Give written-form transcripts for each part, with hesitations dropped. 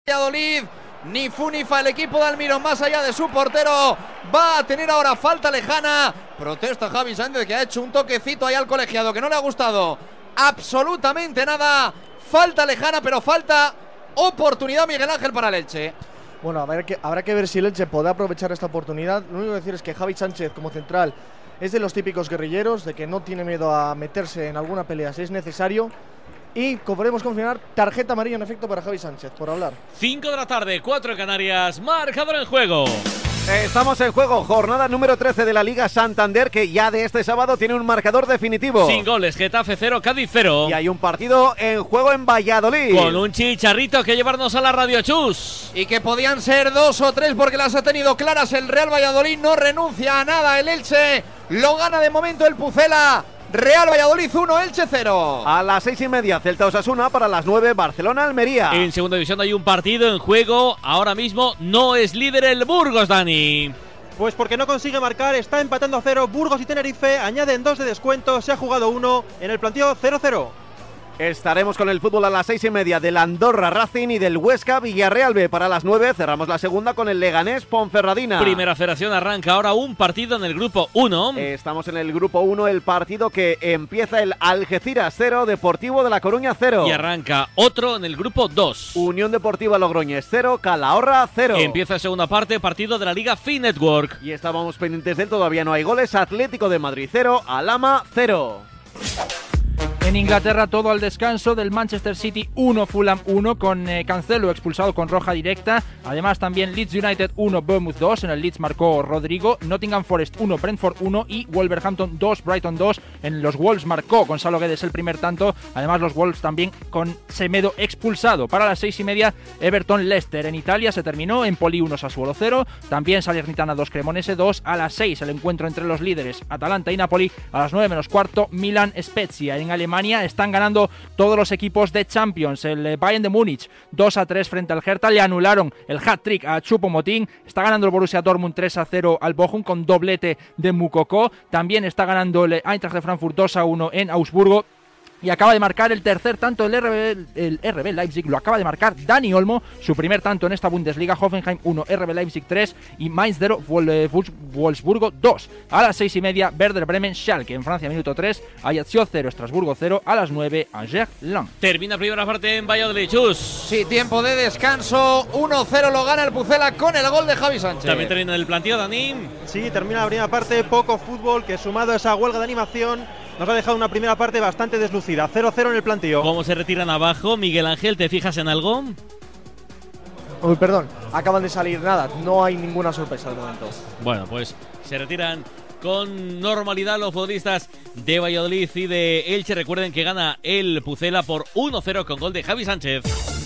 Valladolid, ni fu ni fa el equipo de Almirón más allá de su portero. Va a tener ahora falta lejana. Protesta Javi Sánchez, que ha hecho un toquecito ahí al colegiado que no le ha gustado absolutamente nada. Falta lejana, pero falta oportunidad, Miguel Ángel, para el Elche. Bueno, habrá que ver si el Elche podrá aprovechar esta oportunidad. Lo único que decir es que Javi Sánchez, como central, es de los típicos guerrilleros, de que no tiene miedo a meterse en alguna pelea si es necesario. Y podremos confirmar tarjeta amarilla en efecto para Javi Sánchez, por hablar. 5 de la tarde, 4 en Canarias, marcador en juego. Estamos en juego, jornada número 13 de la Liga Santander, que ya de este sábado tiene un marcador definitivo. Sin goles, Getafe 0, Cádiz 0. Y hay un partido en juego en Valladolid. Con un chicharrito que llevarnos a la radio, Chus. Y que podían ser 2 o 3 porque las ha tenido claras el Real Valladolid. No renuncia a nada el Elche. Lo gana de momento el Pucela. Real Valladolid 1, Elche 0. A las 6:30, Celta Osasuna. Para las 9, Barcelona Almería. En segunda división hay un partido en juego. Ahora mismo no es líder el Burgos, Dani. Pues porque no consigue marcar, está empatando a 0 Burgos y Tenerife, añaden 2 de descuento, se ha jugado 1 en el planteo 0-0. Estaremos con el fútbol a las 6:30 del Andorra Racing y del Huesca Villarreal B. Para las 9 cerramos la segunda con el Leganés Ponferradina. Primera Federación arranca ahora un partido en el grupo 1. Estamos en el grupo 1, el partido que empieza el Algeciras 0, Deportivo de La Coruña 0. Y arranca otro en el grupo 2. Unión Deportiva Logroñés 0, Calahorra 0. Empieza la segunda parte, partido de la Liga Fin Network. Y estábamos pendientes de él, todavía no hay goles. Atlético de Madrid 0, Alhama 0. En Inglaterra todo al descanso, del Manchester City 1, Fulham 1, con Cancelo expulsado con roja directa. Además también Leeds United 1, Bournemouth 2, en el Leeds marcó Rodrigo. Nottingham Forest 1, Brentford 1 y Wolverhampton 2, Brighton 2. En los Wolves marcó Gonzalo Guedes el primer tanto. Además los Wolves también con Semedo expulsado. Para las 6:30 Everton Leicester. En Italia se terminó Empoli 1, Sassuolo 0. También Salernitana 2, Cremonese 2. A las 6 el encuentro entre los líderes Atalanta y Napoli. A las 9 menos cuarto Milan Spezia. En Alemania están ganando todos los equipos de Champions. El Bayern de Múnich 2-3 frente al Hertha. Le anularon el hat-trick a Choupo-Moting. Está ganando el Borussia Dortmund 3-0 al Bochum con doblete de Moukoko. También está ganando el Eintracht de Frankfurt 2-1 en Augsburgo. Y acaba de marcar el tercer tanto el RB Leipzig, lo acaba de marcar Dani Olmo, su primer tanto en esta Bundesliga. Hoffenheim 1, RB Leipzig 3 y Mainz 0, Wolfsburgo 2. A las 6:30 Werder Bremen Schalke. En Francia minuto 3, Ajaccio 0, Estrasburgo 0. A las 9 Angers Lens. Termina primera parte en Valladolid, Chus. Sí, tiempo de descanso, 1-0 lo gana el Pucela con el gol de Javi Sánchez. También termina el planteo, Dani. Sí, termina la primera parte, poco fútbol, que sumado a esa huelga de animación nos ha dejado una primera parte bastante deslucida. 0-0 en el planteo. ¿Cómo se retiran abajo? Miguel Ángel, ¿te fijas en algo? Uy, perdón, acaban de salir nada, no hay ninguna sorpresa al momento. Bueno, pues se retiran con normalidad los futbolistas de Valladolid y de Elche. Recuerden que gana el Pucela por 1-0 con gol de Javi Sánchez.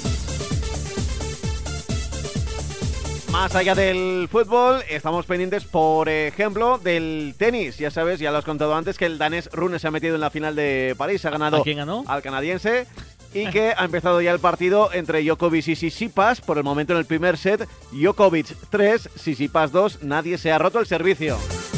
Más allá del fútbol, estamos pendientes, por ejemplo, del tenis. Ya sabes, ya lo has contado antes, que el danés Rune se ha metido en la final de París. Ha ganado ¿A quién ganó? Al canadiense. Y que ha empezado ya el partido entre Djokovic y Tsitsipas. Por el momento en el primer set, Djokovic 3, Tsitsipas 2. Nadie se ha roto el servicio.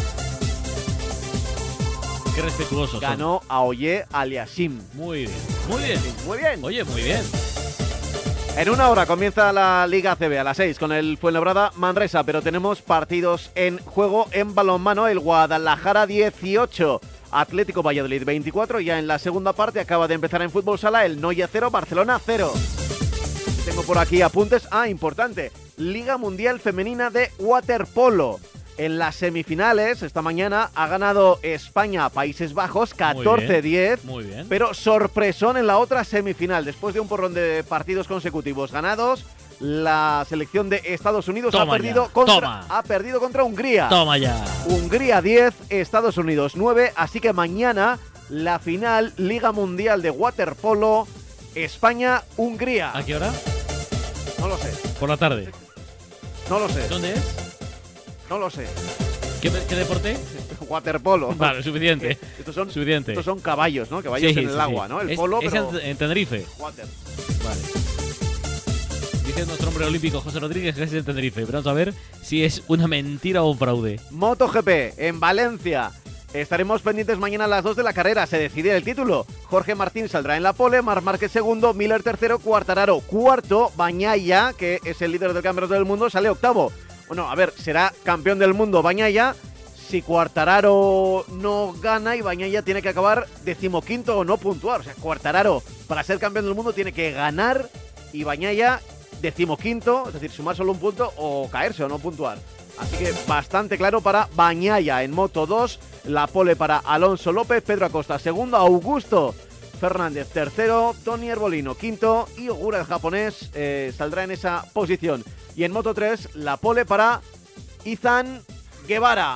Qué respetuoso. Ganó a Oye Aliasim. Muy bien, muy bien. Muy bien. Oye, muy bien. En una hora comienza la Liga ACB a las 6 con el Fuenlabrada Manresa, pero tenemos partidos en juego en balonmano. El Guadalajara 18, Atlético Valladolid 24. Ya en la segunda parte acaba de empezar en fútbol sala el Noya 0, Barcelona 0. Tengo por aquí apuntes. Importante, Liga Mundial Femenina de Waterpolo. En las semifinales, esta mañana, ha ganado España a Países Bajos 14-10. Muy bien. Pero sorpresón en la otra semifinal. Después de un porrón de partidos consecutivos ganados, la selección de Estados Unidos ha perdido contra Hungría. Toma ya. Hungría 10, Estados Unidos 9. Así que mañana la final Liga Mundial de Waterpolo, España-Hungría. ¿A qué hora? No lo sé. Por la tarde. No lo sé. ¿Dónde es? No lo sé. ¿Qué deporte? Waterpolo. Vale, suficiente. Estos son, suficiente. Estos son caballos, ¿no? Caballos Sí, en el agua, ¿no? El polo, es pero en Tenerife. water. Vale. Dice nuestro hombre olímpico José Rodríguez que es en Tenerife. Pero vamos a ver si es una mentira o un fraude. MotoGP en Valencia. Estaremos pendientes mañana a las 2 de la carrera, se decide el título. Jorge Martín saldrá en la pole, Marc Márquez segundo, Miller tercero, Quartararo cuarto, Bagnaia, que es el líder del campeonato del mundo, sale octavo. Bueno, a ver, será campeón del mundo Bagnaia si Quartararo no gana y Bagnaia tiene que acabar 15º o no puntuar. O sea, Quartararo para ser campeón del mundo tiene que ganar y Bagnaia 15º, es decir, sumar solo un punto o caerse o no puntuar. Así que bastante claro para Bagnaia en Moto 2, la pole para Alonso López, Pedro Acosta segundo, Augusto Fernández tercero, Tony Erbolino quinto y Ogura, el japonés, saldrá en esa posición. Y en Moto 3, la pole para Izan Guevara.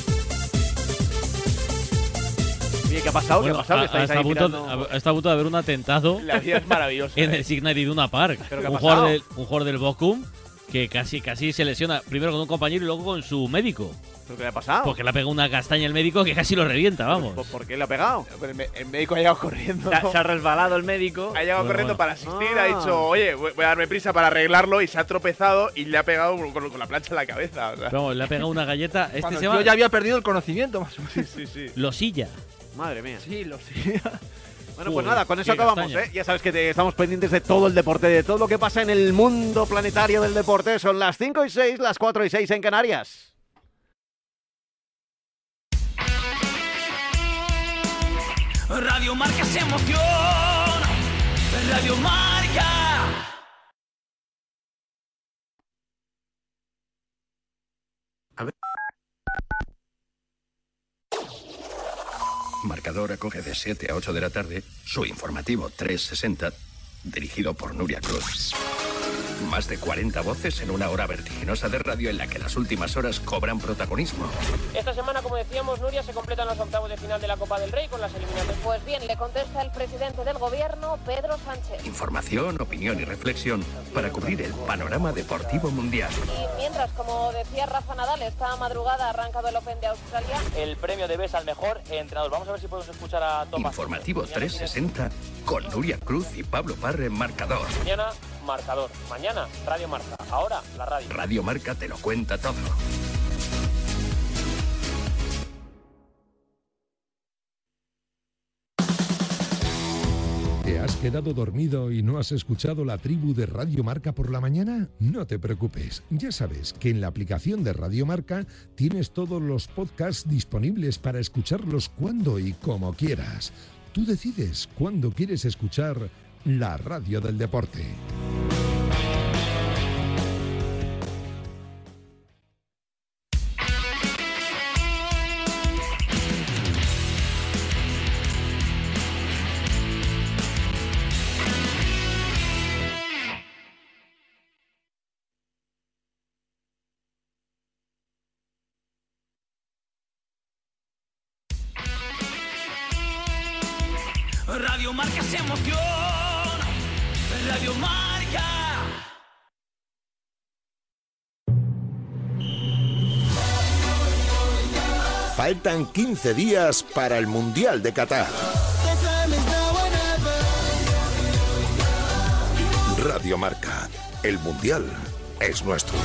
Oye, ¿qué ha pasado? Bueno, ¿Qué ha pasado? está a punto de haber un atentado La vida es maravillosa. en el Signal Iduna Park. ¿Pero qué ha Un jugador del Bochum que casi se lesiona, primero con un compañero y luego con su médico. ¿Pero qué le ha pasado? Porque le ha pegado una castaña al médico que casi lo revienta, vamos. ¿Por qué le ha pegado? El médico ha llegado corriendo. Se ha resbalado el médico. Ha llegado Bueno, corriendo bueno. para asistir, ha dicho, oye, voy a darme prisa para arreglarlo y se ha tropezado y le ha pegado con la plancha en la cabeza. O sea. Pero vamos, le ha pegado una galleta. Cuando Se yo llama ya había perdido el conocimiento, más o menos. Sí. Losilla. Madre mía. Sí, lo sé. Bueno, pues Joder, nada, con eso qué acabamos, castaña. Ya sabes que estamos pendientes de todo el deporte, de todo lo que pasa en el mundo planetario del deporte. Son las 5:06, las 4:06 en Canarias. Radio Marca se emoción. Radio Marca. Marcador acoge de 7 a 8 de la tarde su informativo 360, dirigido por Nuria Cruz. Más de 40 voces en una hora vertiginosa de radio en la que las últimas horas cobran protagonismo. Esta semana, como decíamos, Nuria, se completan los octavos de final de la Copa del Rey con las eliminatorias. Pues bien, le contesta el presidente del gobierno, Pedro Sánchez. Información, opinión y reflexión para cubrir el panorama deportivo mundial. Y mientras, como decía Rafa Nadal, esta madrugada ha arrancado el Open de Australia. El premio de BES al mejor entrenador. Vamos a ver si podemos escuchar a Tomás. Informativo 360 con Nuria Cruz y Pablo Parre en Marcador. Mañana, Marcador. Mañana, Radio Marca. Ahora, la radio. Radio Marca te lo cuenta todo. ¿Te has quedado dormido y no has escuchado la tribu de Radio Marca por la mañana? No te preocupes, ya sabes que en la aplicación de Radio Marca tienes todos los podcasts disponibles para escucharlos cuando y como quieras. Tú decides cuándo quieres escuchar la radio del deporte. Radio Marca se emoción. Radio Marca. Faltan 15 días para el Mundial de Qatar. Radio Marca, el Mundial es nuestro.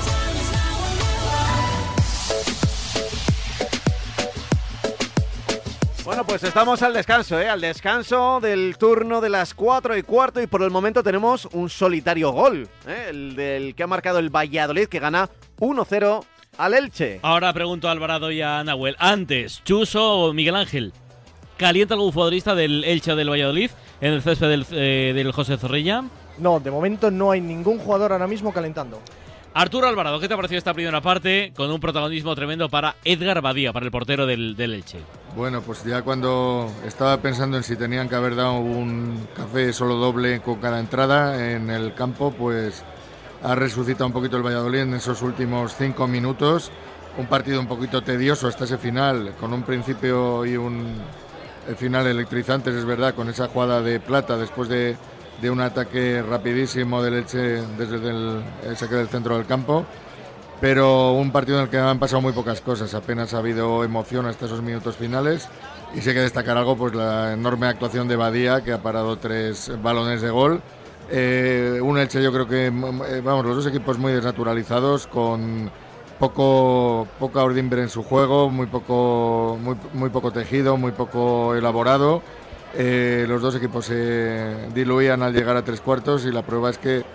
Bueno, pues estamos al descanso, al descanso del turno de las 4:15 y por el momento tenemos un solitario gol, el del que ha marcado el Valladolid, que gana 1-0 al Elche. Ahora pregunto a Alvarado y a Nahuel. Antes, Chuso o Miguel Ángel, ¿calienta algún futbolista del Elche o del Valladolid en el césped del José Zorrilla? No, de momento no hay ningún jugador ahora mismo calentando. Arturo Alvarado, ¿qué te ha parecido esta primera parte con un protagonismo tremendo para Edgar Badía, para el portero del Elche? Bueno, pues ya cuando estaba pensando en si tenían que haber dado un café solo doble con cada entrada en el campo, pues ha resucitado un poquito el Valladolid en esos últimos 5 minutos. Un partido un poquito tedioso hasta ese final, con un principio y el final electrizantes, es verdad, con esa jugada de Plata después de un ataque rapidísimo del Elche desde el saque del centro del campo, pero un partido en el que han pasado muy pocas cosas, apenas ha habido emoción hasta esos minutos finales, y sí hay que destacar algo, pues la enorme actuación de Badía, que ha parado 3 balones de gol. Un Elche, yo creo que, vamos, los dos equipos muy desnaturalizados, con poca urdimbre en su juego, muy poco tejido, muy poco elaborado. Los dos equipos se diluían al llegar a 3/4 y la prueba es que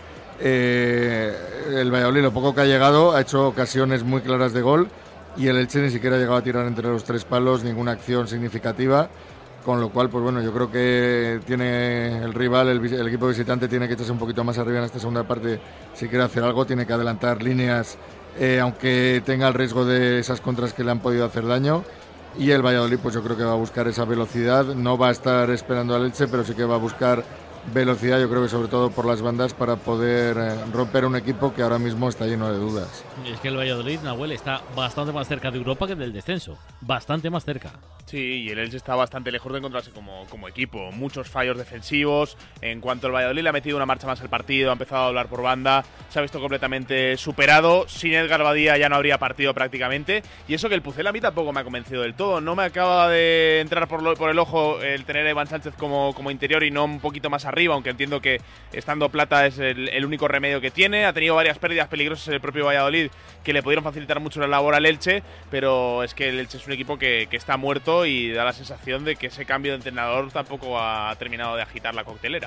el Valladolid, lo poco que ha llegado, ha hecho ocasiones muy claras de gol y el Elche ni siquiera ha llegado a tirar entre los 3 palos ninguna acción significativa, con lo cual, pues bueno, yo creo que tiene el rival, el equipo visitante tiene que echarse un poquito más arriba en esta segunda parte si quiere hacer algo, tiene que adelantar líneas, aunque tenga el riesgo de esas contras que le han podido hacer daño. Y el Valladolid, pues yo creo que va a buscar esa velocidad, no va a estar esperando al Elche, pero sí que va a buscar velocidad, yo creo que sobre todo por las bandas, para poder romper un equipo que ahora mismo está lleno de dudas. Es que el Valladolid, Nahuel, está bastante más cerca de Europa que del descenso, bastante más cerca. Sí, y el Elche está bastante lejos de encontrarse como equipo. Muchos fallos defensivos. En cuanto el Valladolid le ha metido una marcha más al partido, ha empezado a hablar por banda, se ha visto completamente superado. Sin Edgar Badía ya no habría partido prácticamente. Y eso que el Pucel a mí tampoco me ha convencido del todo. No me acaba de entrar por el ojo el tener a Iván Sánchez como interior y no un poquito más arriba, aunque entiendo que estando Plata es el único remedio que tiene. Ha tenido varias pérdidas peligrosas en el propio Valladolid que le pudieron facilitar mucho la labor al Elche, pero es que el Elche es un equipo que está muerto y da la sensación de que ese cambio de entrenador tampoco ha terminado de agitar la coctelera.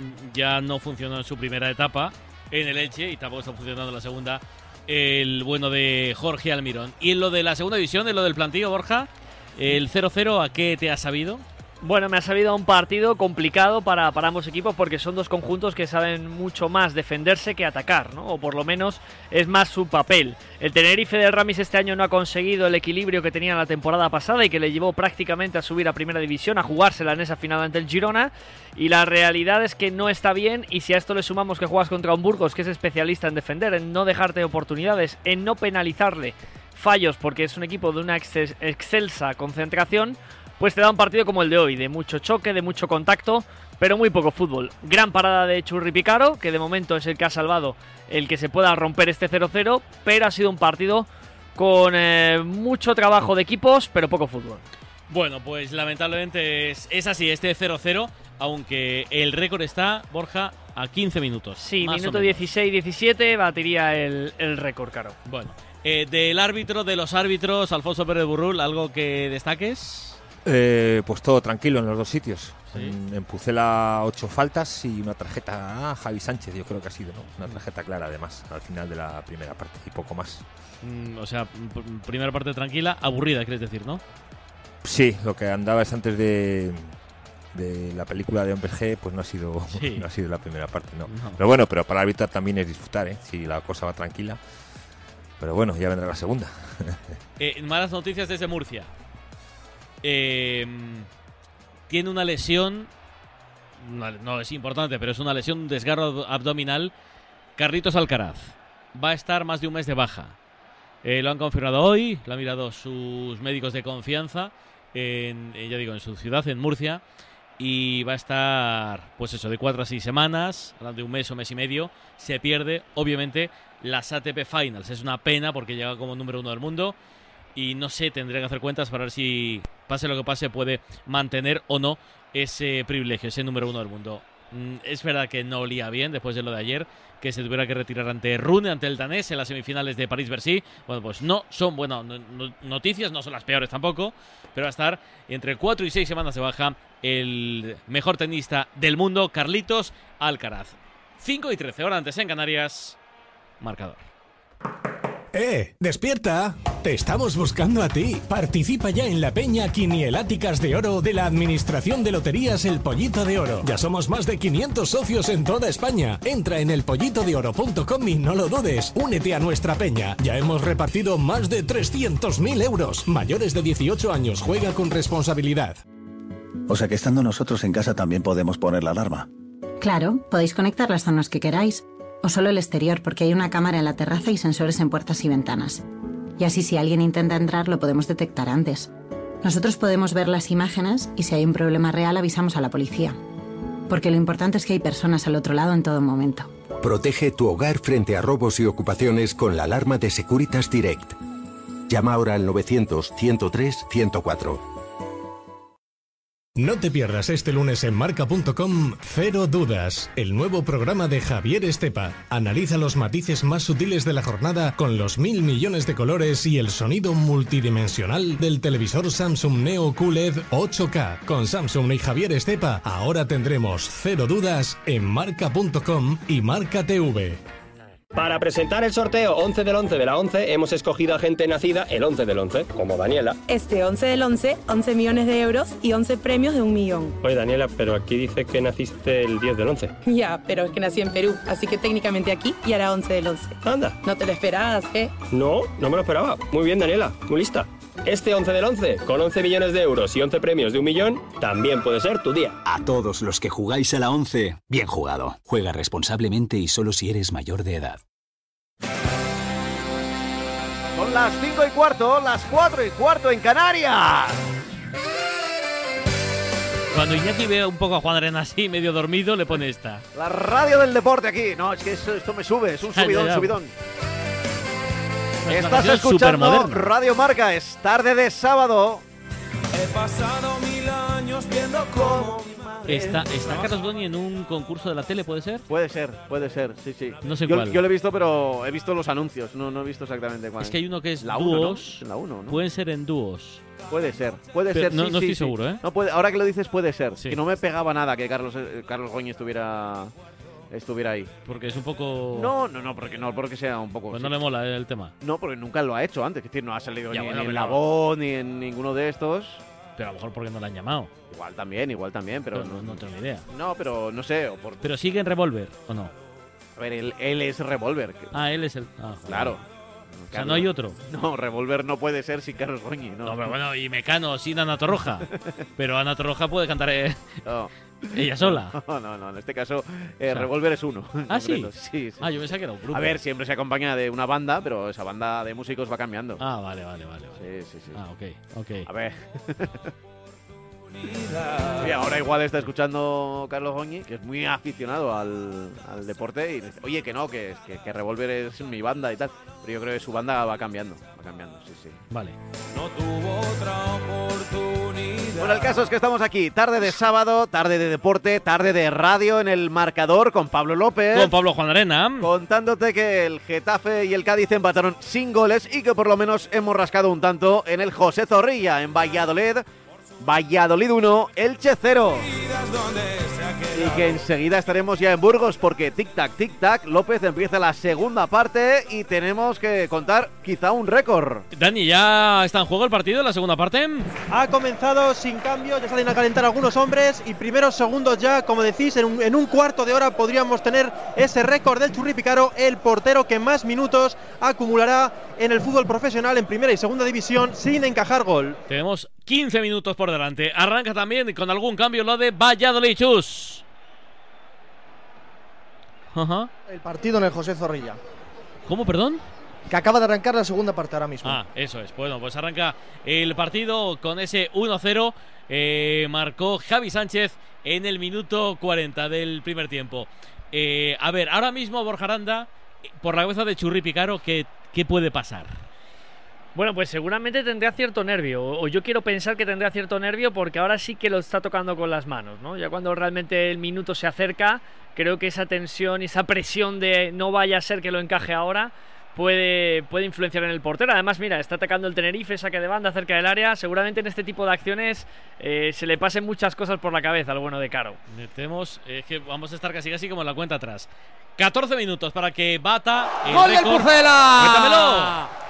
Ya no funcionó en su primera etapa en el Elche y tampoco está funcionando en la segunda el bueno de Jorge Almirón. Y en lo de la segunda división, en lo del plantillo, Borja, el 0-0, ¿a qué te ha sabido? Bueno, me ha sabido un partido complicado para ambos equipos porque son dos conjuntos que saben mucho más defenderse que atacar, ¿no? O por lo menos es más su papel. El Tenerife del Ramis este año no ha conseguido el equilibrio que tenía la temporada pasada y que le llevó prácticamente a subir a primera división, a jugársela en esa final ante el Girona. Y la realidad es que no está bien, y si a esto le sumamos que juegas contra un Burgos que es especialista en defender, en no dejarte oportunidades, en no penalizarle fallos porque es un equipo de una excelsa concentración, pues te da un partido como el de hoy, de mucho choque, de mucho contacto, pero muy poco fútbol. Gran parada de Churri Picaro, que de momento es el que ha salvado el que se pueda romper este 0-0, pero ha sido un partido con mucho trabajo de equipos, pero poco fútbol. Bueno, pues lamentablemente es así, este 0-0, aunque el récord está, Borja, a 15 minutos. Sí, minuto 16-17 batiría el récord, claro. Bueno, del árbitro, de los árbitros, Alfonso Pérez Burrul, ¿algo que destaques? Pues todo tranquilo en los dos sitios. ¿Sí? En Pucela 8 faltas y una tarjeta a Javi Sánchez, yo creo que ha sido, ¿no? Una tarjeta clara además al final de la primera parte y poco más. O sea, primera parte tranquila, aburrida, quieres decir, ¿no? Sí, lo que andaba es antes de la película de Hombres G, pues no ha sido la primera parte, no. Pero bueno, pero para arbitrar también es disfrutar, si la cosa va tranquila. Pero bueno, ya vendrá la segunda. Malas noticias desde Murcia. Tiene una lesión, no es importante, pero es una lesión, un desgarro abdominal. Carlitos Alcaraz va a estar más de un mes de baja. Lo han confirmado hoy, lo han mirado sus médicos de confianza en su ciudad, en Murcia, y va a estar, pues eso, de 4 a 6 semanas, hablando de un mes o mes y medio. Se pierde, obviamente, las ATP Finals. Es una pena porque llega como número 1 del mundo. Y no sé, tendré que hacer cuentas para ver si, pase lo que pase, puede mantener o no ese privilegio, ese número 1 del mundo. Es verdad que no olía bien después de lo de ayer, que se tuviera que retirar ante Rune, ante el danés, en las semifinales de París-Bercy. Bueno, pues no son buenas noticias, no son las peores tampoco, pero va a estar entre 4 y 6 semanas de baja el mejor tenista del mundo, Carlitos Alcaraz. 5:13, hora antes en Canarias, marcador. ¡Despierta! Te estamos buscando a ti. Participa ya en la Peña Quinieláticas de Oro de la Administración de Loterías El Pollito de Oro. Ya somos más de 500 socios en toda España. Entra en elpollitodeoro.com y no lo dudes. Únete a nuestra peña. Ya hemos repartido más de 300.000 euros. Mayores de 18 años, juega con responsabilidad. O sea que estando nosotros en casa también podemos poner la alarma. Claro, podéis conectar las zonas que queráis. O solo el exterior, porque hay una cámara en la terraza y sensores en puertas y ventanas. Y así si alguien intenta entrar lo podemos detectar antes. Nosotros podemos ver las imágenes y si hay un problema real avisamos a la policía. Porque lo importante es que hay personas al otro lado en todo momento. Protege tu hogar frente a robos y ocupaciones con la alarma de Securitas Direct. Llama ahora al 900 103 104. No te pierdas este lunes en marca.com Cero Dudas, el nuevo programa de Javier Estepa. Analiza los matices más sutiles de la jornada con los 1000 millones de colores y el sonido multidimensional del televisor Samsung Neo QLED 8K. Con Samsung y Javier Estepa, ahora tendremos Cero Dudas en marca.com y Marca TV. Para presentar el sorteo 11 del 11 de la 11, hemos escogido a gente nacida el 11 del 11, como Daniela. Este 11 del 11, 11 millones de euros y 11 premios de 1 millón. Oye, Daniela, pero aquí dice que naciste el 10 del 11. Ya, pero es que nací en Perú, así que técnicamente aquí y hará 11 del 11. Anda. ¿No te lo esperabas, eh? No, no me lo esperaba. Muy bien, Daniela, muy lista. Este 11 del 11, con 11 millones de euros y 11 premios de 1 millón, también puede ser tu día. A todos los que jugáis a la 11, bien jugado. Juega responsablemente y solo si eres mayor de edad. Son las 5:15, las 4:15 en Canarias. Cuando Iñaki ve un poco a Juan Arena así, medio dormido, le pone esta. La radio del deporte aquí. No, es que esto me sube, es un subidón. Estás escuchando Radio Marca, es tarde de sábado. He pasado 1000 años viendo cómo ¿Está Carlos Goñi en un concurso de la tele, puede ser? Puede ser, sí. No sé cuál. Yo lo he visto, pero he visto los anuncios, no he visto exactamente cuál. Es que hay uno que es la dúos. 1, ¿no? La 1, ¿no? Pueden ser en dúos. Puede ser. No estoy seguro, ¿eh? No, ahora que lo dices, puede ser. Sí. Que no me pegaba nada que Carlos Goñi estuviera ahí. Porque es un poco... No, porque sea un poco... Pues no le mola el tema. No, porque nunca lo ha hecho antes. Es decir, no ha salido ni en La no. Voz, ni en ninguno de estos. Pero a lo mejor porque no le han llamado. Igual también, pero no tengo ni idea. No, pero no sé. ¿Pero sigue en Revolver o no? A ver, él es Revolver. Él es el... claro. O sea, ¿no hay otro? No, Revolver no puede ser sin Carlos Goñi, ¿no? No, pero bueno, y Mecano sin Ana Torroja. Pero Ana Torroja puede cantar ella sola. No, en este caso Revolver es uno. ¿Ah, sí? Sí. Yo pensaba que era un grupo. A ver, siempre se acompaña de una banda, pero esa banda de músicos va cambiando. Vale. Sí. Ok. A ver. Sí, ahora igual está escuchando Carlos Goñi, que es muy aficionado al deporte, y dice, oye, que Revolver es mi banda y tal. Pero yo creo que su banda va cambiando, sí. Vale. No tuvo otra oportunidad. Bueno, el caso es que estamos aquí, tarde de sábado, tarde de deporte, tarde de radio en el marcador con Pablo López. Con Pablo Juan Arena. Contándote que el Getafe y el Cádiz empataron sin goles y que por lo menos hemos rascado un tanto en el José Zorrilla, en Valladolid. Valladolid 1, Elche 0. Y que enseguida estaremos ya en Burgos porque tic-tac, López empieza la segunda parte y tenemos que contar quizá un récord. Dani, ¿ya está en juego el partido en la segunda parte? Ha comenzado sin cambio, ya salen a calentar algunos hombres y primeros segundos ya, como decís, en un cuarto de hora podríamos tener ese récord del Churri Picaro, el portero que más minutos acumulará en el fútbol profesional en primera y segunda división sin encajar gol. Tenemos 15 minutos por delante. Arranca también con algún cambio lo de Valladolid. Chus. El partido en el José Zorrilla. ¿Cómo, perdón? Que acaba de arrancar la segunda parte ahora mismo. Eso es. Bueno, pues arranca el partido con ese 1-0. Marcó Javi Sánchez en el minuto 40 del primer tiempo. A ver, ahora mismo Borja Aranda, por la cabeza de Churri Picaro, ¿qué puede pasar? Bueno, pues seguramente tendría cierto nervio, o yo quiero pensar que tendría cierto nervio porque ahora sí que lo está tocando con las manos, ¿no? Ya cuando realmente el minuto se acerca, creo que esa tensión y esa presión de no vaya a ser que lo encaje ahora puede influenciar en el portero. Además, mira, está atacando el Tenerife, saque de banda cerca del área. Seguramente en este tipo de acciones se le pasen muchas cosas por la cabeza al bueno de Caro. Metemos, que vamos a estar casi como en la cuenta atrás. 14 minutos para que bata el ¡Gol del récord. Pucela! ¡Cuéntamelo!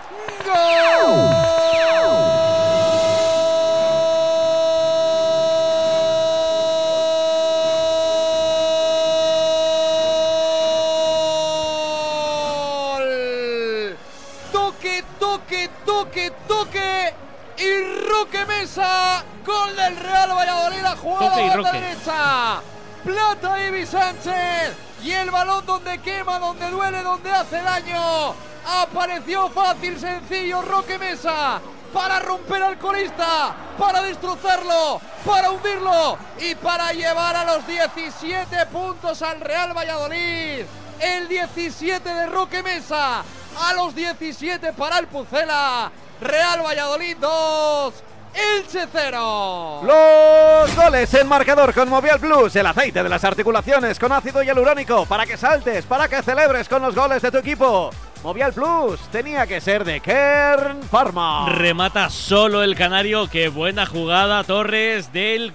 Toque y Roque Mesa, gol del Real Valladolid, la jugada a la derecha, Plata y Ibi Sánchez, y el balón donde quema, donde duele, donde hace daño, apareció fácil, sencillo Roque Mesa, para romper al colista, para destrozarlo, para hundirlo y para llevar a los 17 puntos al Real Valladolid. El 17 de Roque Mesa, a los 17 para el Pucela. Real Valladolid 2, Elche 0. Los goles en marcador con Movial Plus, el aceite de las articulaciones con ácido hialurónico para que saltes, para que celebres con los goles de tu equipo. Movial Plus tenía que ser de Kern Pharma. Remata solo el canario. Qué buena jugada, Torres, del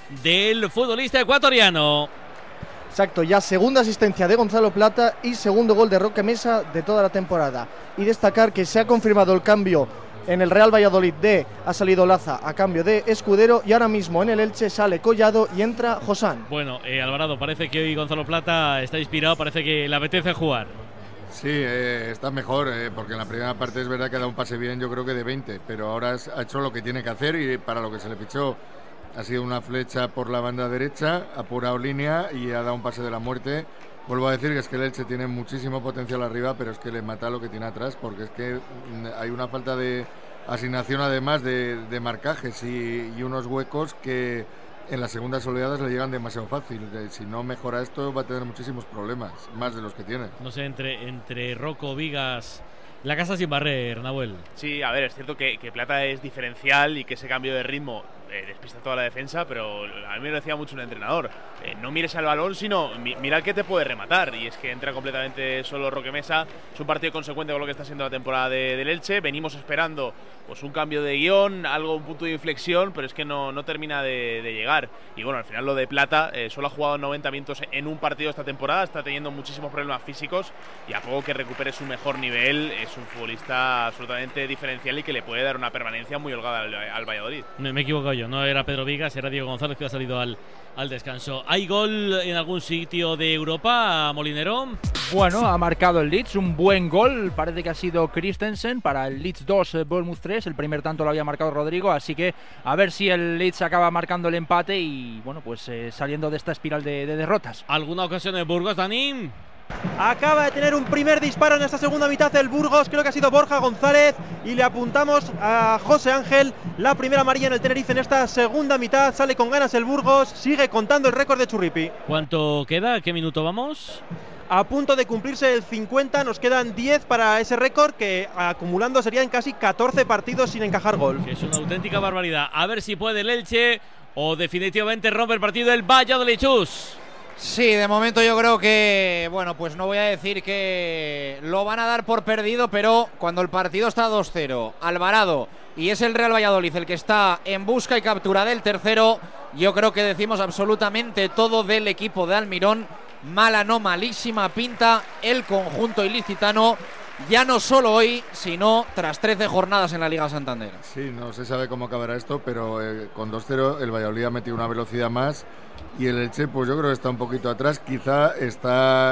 futbolista ecuatoriano. Exacto, ya segunda asistencia de Gonzalo Plata y segundo gol de Roque Mesa de toda la temporada. Y destacar que se ha confirmado el cambio en el Real Valladolid ha salido Laza a cambio de Escudero y ahora mismo en el Elche sale Collado y entra Josán. Bueno, Alvarado, parece que hoy Gonzalo Plata está inspirado, parece que le apetece jugar. Sí, está mejor, porque en la primera parte es verdad que ha dado un pase bien, yo creo que de 20, pero ahora ha hecho lo que tiene que hacer y para lo que se le fichó. Ha sido una flecha por la banda derecha, ha apurado línea y ha dado un pase de la muerte. Vuelvo a decir que es que el Elche tiene muchísimo potencial arriba, pero es que le mata lo que tiene atrás, porque es que hay una falta de asignación además de marcajes y unos huecos que en las segundas oleadas le llegan demasiado fácil. Si no mejora esto va a tener muchísimos problemas, más de los que tiene. No sé, entre Rocco, Vigas, la casa sin barrer, Nahuel. Sí, a ver, es cierto que Plata es diferencial y que ese cambio de ritmo despista toda la defensa, pero a mí me lo decía mucho un entrenador. No mires al balón, sino mira que te puede rematar. Y es que entra completamente solo Roque Mesa. Es un partido consecuente con lo que está siendo la temporada del Elche. Venimos esperando pues un cambio de guión, un punto de inflexión, pero es que no termina de llegar. Y bueno, al final lo de Plata, solo ha jugado 90 minutos en un partido esta temporada, está teniendo muchísimos problemas físicos y a poco que recupere su mejor nivel, es un futbolista absolutamente diferencial y que le puede dar una permanencia muy holgada al Valladolid. Me he equivocado yo, no era Pedro Vigas, era Diego González que ha salido al descanso. ¿Hay gol en algún sitio de Europa, Molinero? Bueno, ha marcado el Leeds, un buen gol, parece que ha sido Christensen para el Leeds 2, Bournemouth 3, el primer tanto lo había marcado Rodrigo, así que a ver si el Leeds acaba marcando el empate y bueno, pues saliendo de esta espiral de derrotas. ¿Alguna ocasión en Burgos, Dani? Acaba de tener un primer disparo en esta segunda mitad el Burgos, creo que ha sido Borja González y le apuntamos a José Ángel la primera amarilla en el Tenerife en esta segunda mitad. Sale con ganas el Burgos, sigue contando el récord de Churripi. ¿Cuánto queda? ¿Qué minuto vamos? A punto de cumplirse el 50, nos quedan 10 para ese récord que acumulando serían casi 14 partidos sin encajar gol. Es una auténtica barbaridad. A ver si puede el Elche o definitivamente rompe el partido el Valladolid. Chus. Sí, de momento yo creo que, bueno, pues no voy a decir que lo van a dar por perdido, pero cuando el partido está 2-0, Alvarado, y es el Real Valladolid el que está en busca y captura del tercero, yo creo que decimos absolutamente todo del equipo de Almirón. Mala, no malísima pinta el conjunto ilicitano, ya no solo hoy, sino tras 13 jornadas en la Liga Santander. Sí, no se sabe cómo acabará esto, pero con 2-0 el Valladolid ha metido una velocidad más y el Elche pues yo creo que está un poquito atrás, quizá está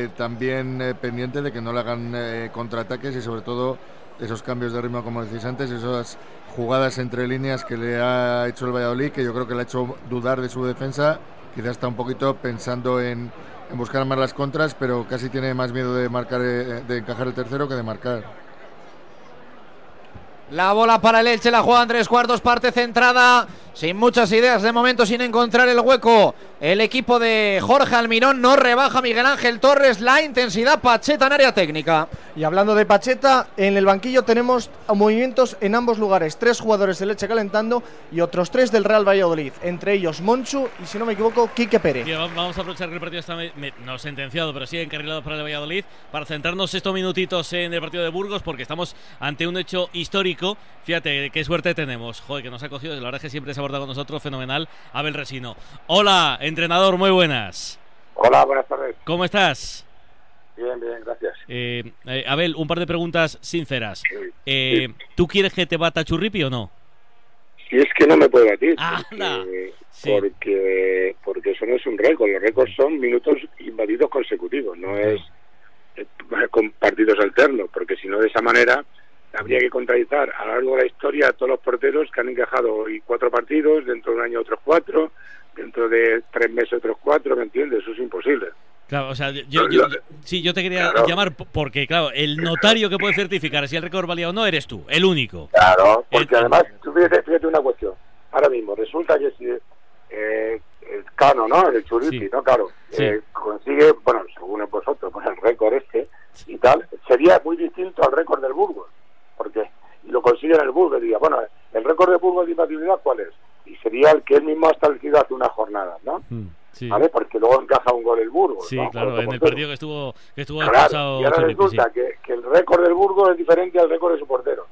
también pendiente de que no le hagan contraataques y sobre todo esos cambios de ritmo como decís antes, esas jugadas entre líneas que le ha hecho el Valladolid, que yo creo que le ha hecho dudar de su defensa, quizá está un poquito pensando en buscar más las contras, pero casi tiene más miedo de marcar, de encajar el tercero que de marcar. La bola para el Elche, la juega en 3/4, parte centrada, sin muchas ideas de momento, sin encontrar el hueco. El equipo de Jorge Almirón no rebaja Miguel Ángel Torres la intensidad. Pacheta en área técnica. Y hablando de Pacheta, en el banquillo tenemos movimientos en ambos lugares. 3 jugadores del Elche calentando y otros 3 del Real Valladolid. Entre ellos Monchu y, si no me equivoco, Quique Pérez. Bien, vamos a aprovechar que el partido está no sentenciado, pero sí encarrilado para el Valladolid, para centrarnos estos minutitos en el partido de Burgos, porque estamos ante un hecho histórico. Fíjate qué suerte tenemos. Joder, que nos ha cogido, la verdad es que siempre se ha abordado con nosotros, fenomenal, Abel Resino. Hola, entrenador, muy buenas. Hola, buenas tardes. ¿Cómo estás? Bien, gracias. Abel, un par de preguntas sinceras. Sí. ¿Tú quieres que te bata Churripi o no? Si es que no me puedo batir, sí. porque eso no es un récord. Los récords son minutos invadidos consecutivos, no es con partidos alternos, porque si no, de esa manera habría que contradictar a lo largo de la historia a todos los porteros que han encajado hoy 4 partidos, dentro de un año otros 4, dentro de 3 meses otros 4, ¿me entiendes? Eso es imposible. Claro, o sea, yo te quería llamar porque, claro, el notario que puede certificar si el récord valía o no eres tú, el único. Claro, porque además, tú fíjate una cuestión. Ahora mismo, resulta que si el Cano, ¿no? El Churripi, ¿no? Claro, consigue, bueno, según vosotros, pues el récord y tal, sería muy distinto al récord del Burgos, porque lo consigue en el Burgos, diría, bueno, el récord de Burgos de imbatibilidad, ¿cuál es? Y sería el que él mismo ha establecido hace unas jornadas, ¿no? Sí. ¿Vale? Porque luego encaja un gol el Burgos. Sí, ¿no? claro, en el partido que estuvo claro, pasado. y ahora resulta que el récord del Burgos es diferente al récord de su portero.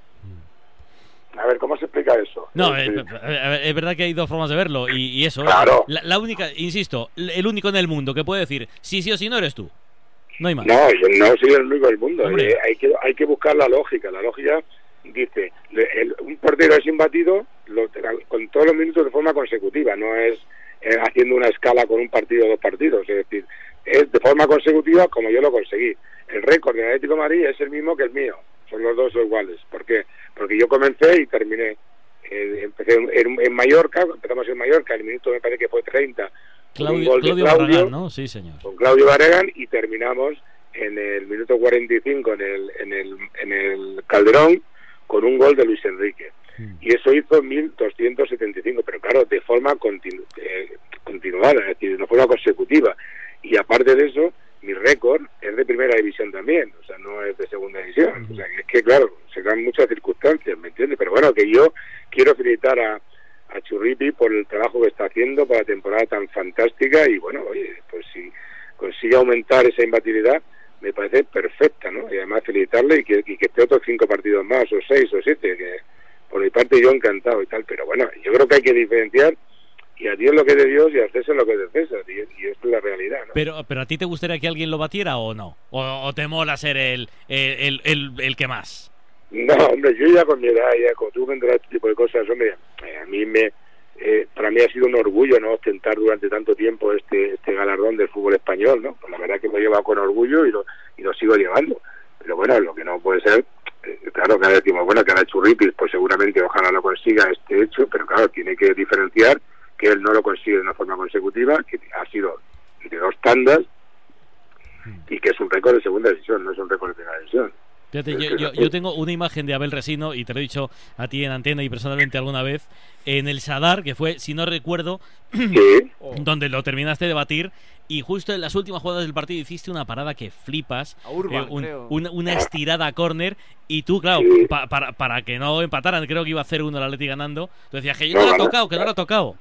A ver, ¿cómo se explica eso? No, es verdad que hay dos formas de verlo y eso. Claro. La única, insisto, el único en el mundo que puede decir sí o sí no eres tú. No hay más. No, yo no soy el único del mundo. Hay que buscar la lógica. La lógica dice, un portero es imbatido con todos los minutos de forma consecutiva, no es haciendo una escala con un partido o dos partidos, es decir, es de forma consecutiva como yo lo conseguí. El récord del Atlético de Madrid es el mismo que el mío, son los dos iguales. ¿Por qué? Porque yo comencé y terminé. Empecé en Mallorca, empezamos en Mallorca, el minuto me parece que fue 30, Claudio Barragán, ¿no? Sí, señor. Con Claudio Barragán, y terminamos en el minuto 45 en el Calderón con un gol de Luis Enrique. Y eso hizo 1275, pero claro, de forma continuada, es decir, de forma consecutiva. Y aparte de eso, mi récord es de primera división también, o sea, no es de segunda división. O sea, es que claro, se dan muchas circunstancias, ¿me entiendes? Pero bueno, que yo quiero felicitar a Churripi por el trabajo que está haciendo para la temporada tan fantástica, y bueno, oye, pues si consigue aumentar esa imbatibilidad, me parece perfecta, ¿no? Y además felicitarle y que esté otros 5 partidos más, o 6 o 7, que por mi parte yo encantado y tal, pero bueno, yo creo que hay que diferenciar, y a Dios lo que es de Dios y a César lo que es de César, y esto es la realidad, ¿no? Pero ¿a ti te gustaría que alguien lo batiera o no? ¿O te mola ser el que más? No, hombre, yo ya con mi edad, ya como tú vendrás este tipo de cosas, hombre, a mí para mí ha sido un orgullo, ¿no?, ostentar durante tanto tiempo este galardón del fútbol español, ¿no? Pues la verdad que lo he llevado con orgullo y lo sigo llevando. Pero bueno, lo que no puede ser, claro, que ahora decimos, bueno, que ahora Churripis, pues seguramente ojalá lo consiga este hecho, pero claro, tiene que diferenciar que él no lo consigue de una forma consecutiva, que ha sido de 2 tandas y que es un récord de segunda división, no es un récord de primera división. Fíjate, yo tengo una imagen de Abel Resino, y te lo he dicho a ti en antena y personalmente alguna vez, en el Sadar, que fue, si no recuerdo, donde lo terminaste de batir, y justo en las últimas jugadas del partido hiciste una parada que flipas, a Urban, una estirada a córner, y tú, claro, para que no empataran, creo que iba a 0-1 el Atleti ganando, tú decías que no lo ha tocado, que no lo ha tocado.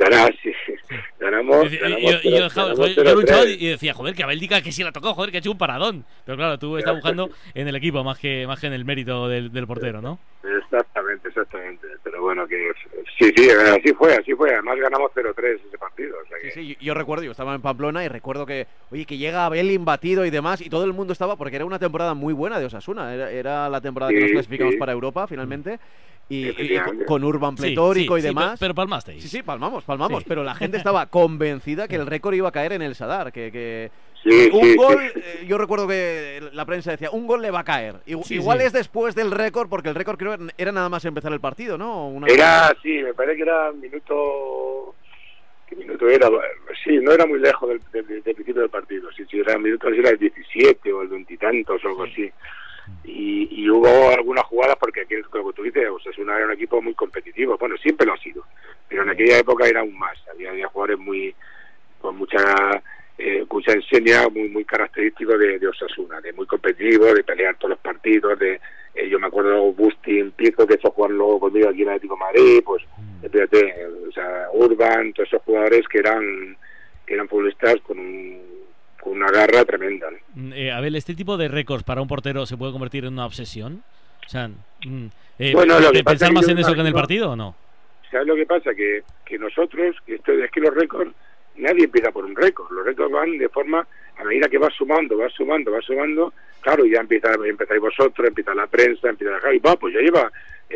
Ganamos. Yo luchaba y decía, joder, que Abel diga que sí la tocó, joder, que ha hecho un paradón. Pero claro, tú estás buscando en el equipo más que en el mérito del portero, ¿no? Exactamente. Pero bueno, que sí, así fue. Además ganamos 0-3 ese partido. O sea que... Sí, yo recuerdo, yo estaba en Pamplona y recuerdo que, oye, que llega Abel imbatido y demás, y todo el mundo estaba, porque era una temporada muy buena de Osasuna, era la temporada que nos clasificamos para Europa finalmente. Y con Urban pletórico y demás. Pero palmasteis. Sí, palmamos. Pero la gente estaba convencida que el récord iba a caer en el Sadar. Un gol, yo recuerdo que la prensa decía, un gol le va a caer. Igual es después del récord, porque el récord creo era nada más empezar el partido, ¿no? Me parece que era minuto... ¿Qué minuto era? Sí, no era muy lejos del principio del partido. Sí, era el 17 o el 20 y tantos o algo así. Y hubo algunas jugadas, porque aquí, como tú dices, Osasuna era un equipo muy competitivo, bueno, siempre lo ha sido, pero en aquella época era aún más, había jugadores con mucha enseña, muy característico de Osasuna, de muy competitivo, de pelear todos los partidos, yo me acuerdo Bustin, Pico, que fue a jugar luego conmigo aquí en Atlético de Madrid, pues fíjate, Urban, todos esos jugadores que eran futbolistas con una garra tremenda, ¿no? Abel, ¿este tipo de récords para un portero se puede convertir en una obsesión? O sea, ¿pensar más en eso que en el partido o no? ¿Sabes lo que pasa? Que nosotros, es que los récords, nadie empieza por un récord, los récords van de forma, a medida que vas sumando, claro, ya empezáis vosotros, empieza la prensa, empieza la Javi, pues ya lleva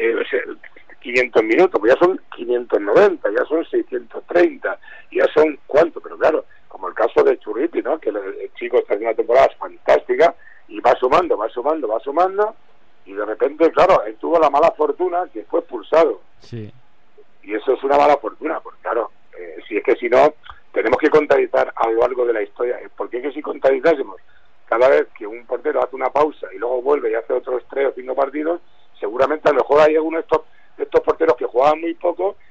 500 minutos, pues ya son 590, ya son 630, ya son ¿cuánto? Pero claro, como el caso de Churripi, ¿no? Que el chico está haciendo una temporada fantástica y va sumando, y de repente, claro, él tuvo la mala fortuna que fue expulsado. Sí. Y eso es una mala fortuna, porque claro, si no, tenemos que contabilizar a lo largo de la historia, porque es que si contabilizásemos cada vez que un portero hace una pausa y luego vuelve y hace otros 3 o 5 partidos, seguramente a lo mejor hay algunos de estos porteros que jugaban muy poco,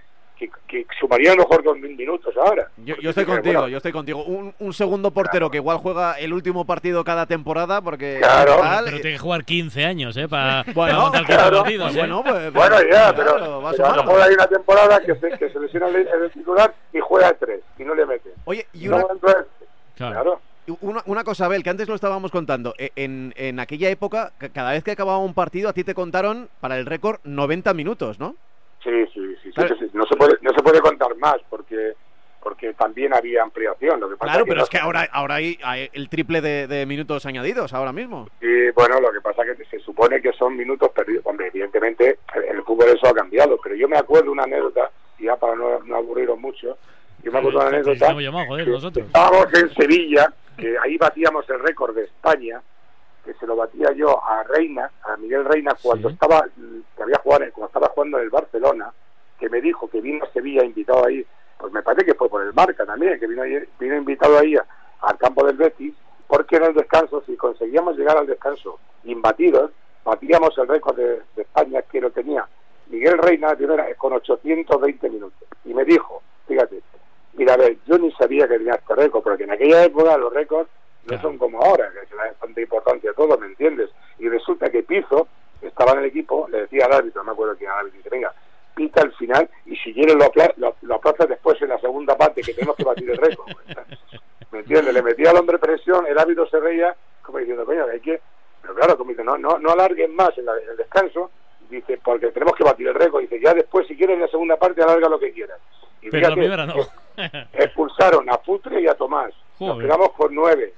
que sumaría a lo mejor 2.000 minutos ahora. Yo estoy contigo. Un segundo portero que igual juega el último partido cada temporada, porque... Claro. Pero tiene que jugar 15 años, para montar 15 partidos. Bueno, pero a lo mejor hay una temporada que se lesiona el titular y juega 3 y no le mete. Oye, y claro. Una cosa, Abel, que antes lo estábamos contando. En aquella época, cada vez que acababa un partido, a ti te contaron para el récord 90 minutos, ¿no? Sí. No se puede contar más porque también había ampliación. Lo que pasa pero es que ahora hay el triple de minutos añadidos ahora mismo. Y bueno, lo que pasa es que se supone que son minutos perdidos. Hombre, evidentemente el fútbol eso ha cambiado, pero yo me acuerdo una anécdota, y ya para no aburriros mucho, yo me acuerdo una anécdota. Estábamos en Sevilla, que ahí batíamos el récord de España, que se lo batía yo a Miguel Reina, cuando estaba jugando en el Barcelona, que me dijo que vino a Sevilla invitado ahí, pues me parece que fue por el Marca también, que vino invitado ahí al campo del Betis, porque en el descanso, si conseguíamos llegar al descanso imbatidos, batíamos el récord de España, que lo tenía Miguel Reina con 820 minutos. Y me dijo, fíjate, mira, a ver, yo ni sabía que tenía este récord, porque en aquella época los récords no son como ahora, que se le da bastante importancia a todo, ¿me entiendes? Y resulta que Pizzo estaba en el equipo, le decía al árbitro, no me acuerdo quién era el árbitro, dice, venga, pita al final, y si quieres lo aplazas después en la segunda parte, que tenemos que batir el récord. ¿Me entiendes? Le metía al hombre presión, el árbitro se reía, como diciendo, coño, que hay que... Pero claro, como dice, no alarguen más en el descanso, dice, porque tenemos que batir el récord, dice, ya después, si quieres en la segunda parte, alarga lo que quieras. Y pero la primera no. Expulsaron a Futre y a Tomás. Nos quedamos con 9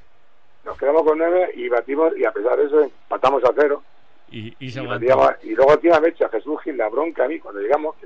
y batimos, y a pesar de eso empatamos a 0. Y luego tiene Mecha, Jesús Gil, la bronca a mí cuando llegamos,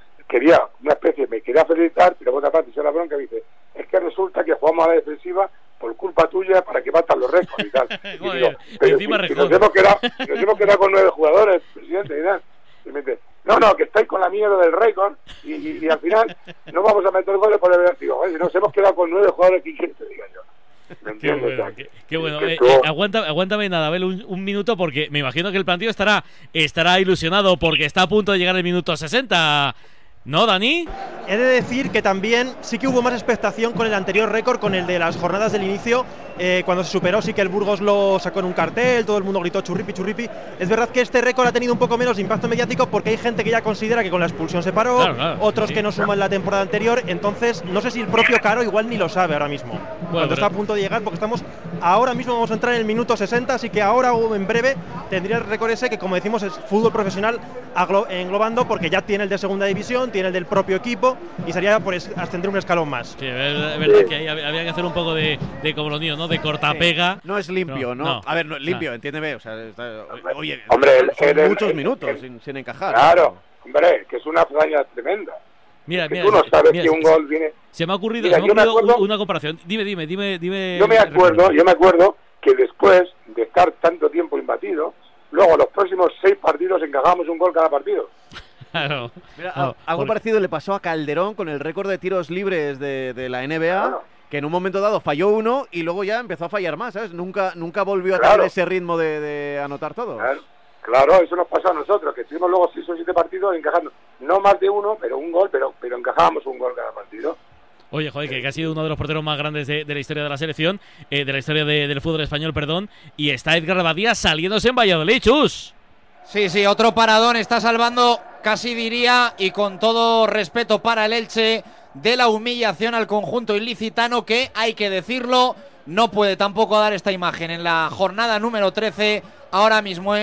me quería felicitar, pero por otra parte hizo la bronca, me dice, es que resulta que jugamos a la defensiva por culpa tuya para que batan los récords y tal. Y digo, pero si nos hemos quedado con 9 jugadores, presidente, y tal. Y me dice, no, que estáis con la mierda del récord y al final no vamos a meter goles por el vertigo. Si nos hemos quedado con 9 jugadores, ¿qué quieres que te diga yo? ¿Me entiendes? Qué bueno. Aguántame nada, Abel, un minuto, porque me imagino que el plantío estará ilusionado porque está a punto de llegar el minuto 60. ¿No, Dani? He de decir que también sí que hubo más expectación con el anterior récord, con el de las jornadas del inicio, cuando se superó, sí que el Burgos lo sacó en un cartel, todo el mundo gritó churripi, churripi. Es verdad que este récord ha tenido un poco menos de impacto mediático porque hay gente que ya considera que con la expulsión se paró, otros que no suman la temporada anterior, entonces no sé si el propio Caro igual ni lo sabe ahora mismo, cuando está a punto de llegar, porque ahora mismo vamos a entrar en el minuto 60, así que ahora o en breve tendría el récord ese, que como decimos es fútbol profesional englobando, porque ya tiene el de segunda división, tiene el del propio equipo y sería por ascender un escalón más. Sí, es verdad que ahí había que hacer un poco de como lo mío, ¿no? De cortapega. No es limpio, ¿no? A ver, no es limpio, entiéndeme. O sea, oye, son muchos minutos sin encajar. Claro, hombre, que es una hazaña tremenda. Mira, tú no sabes que un gol viene. Se me ha ocurrido, una comparación. Dime. Yo me acuerdo que después de estar tanto tiempo imbatido, luego los próximos 6 partidos encajamos un gol cada partido. Claro. Mira, algo parecido le pasó a Calderón con el récord de tiros libres de la NBA, que en un momento dado falló uno y luego ya empezó a fallar más, ¿sabes? Nunca volvió a tener ese ritmo de anotar todo. Claro, eso nos pasó a nosotros, que estuvimos luego 6 o 7 partidos encajando, no más de uno, pero un gol, pero encajábamos un gol cada partido. Oye, joder, que ha sido uno de los porteros más grandes de la historia de la selección, de la historia del fútbol español, perdón, y está Edgar Badía saliéndose en Valladolid, Chus. Sí, otro paradón está salvando, casi diría, y con todo respeto para el Elche, de la humillación al conjunto ilicitano, que, hay que decirlo, no puede tampoco dar esta imagen en la jornada número 13. Ahora mismo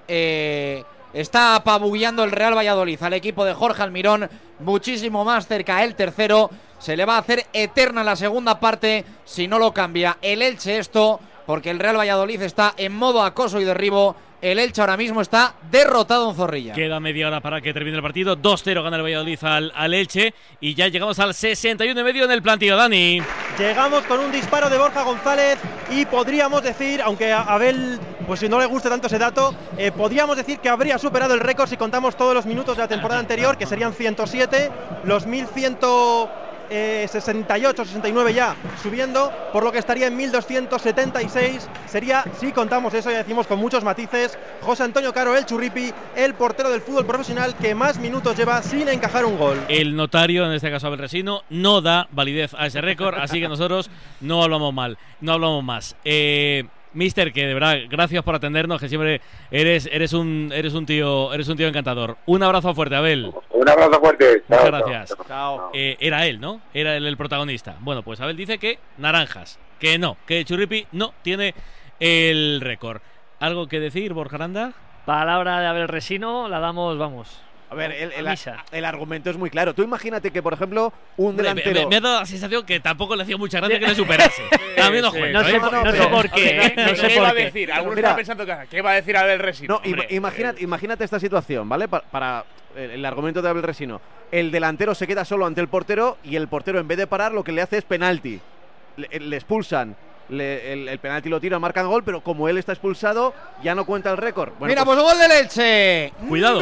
está apabullando el Real Valladolid al equipo de Jorge Almirón, muchísimo más cerca el tercero. Se le va a hacer eterna la segunda parte si no lo cambia el Elche esto, porque el Real Valladolid está en modo acoso y derribo. El Elche ahora mismo está derrotado en Zorrilla. Queda media hora para que termine el partido. 2-0 gana el Valladolid al Elche. Y ya llegamos al 61,5 en el plantillo, Dani. Llegamos con un disparo de Borja González y podríamos decir, aunque a Abel pues si no le gusta tanto ese dato, podríamos decir que habría superado el récord si contamos todos los minutos de la temporada anterior, que serían 107, los 1100 68-69 ya subiendo, por lo que estaría en 1276. Sería, si contamos eso, ya decimos con muchos matices, José Antonio Caro el Churripi, el portero del fútbol profesional que más minutos lleva sin encajar un gol. El notario, en este caso Abel Resino, no da validez a ese récord, así que nosotros no hablamos más. Mister, que de verdad, gracias por atendernos, que siempre eres un tío encantador. Un abrazo fuerte, Abel. Un abrazo fuerte. Muchas gracias. Chao. Era él, ¿no? Era él el protagonista. Bueno, pues Abel dice que naranjas, que no, que Churripi no tiene el récord. ¿Algo que decir, Borja Aranda? Palabra de Abel Resino, la damos, vamos. A ver, el argumento es muy claro. Tú imagínate que, por ejemplo, un delantero... Me ha dado la sensación que tampoco le hacía mucha gracia que le superase. También no sé por qué. No sé ¿Qué por va a qué. decir? Algunos están pensando ¿qué va a decir Abel Resino? No, imagínate esta situación, ¿vale? Para el argumento de Abel Resino. El delantero se queda solo ante el portero y el portero, en vez de parar, lo que le hace es penalti. Le expulsan. El penalti lo tira, marcan gol, pero como él está expulsado, ya no cuenta el récord. Bueno, mira, pues gol del Elche. Cuidado.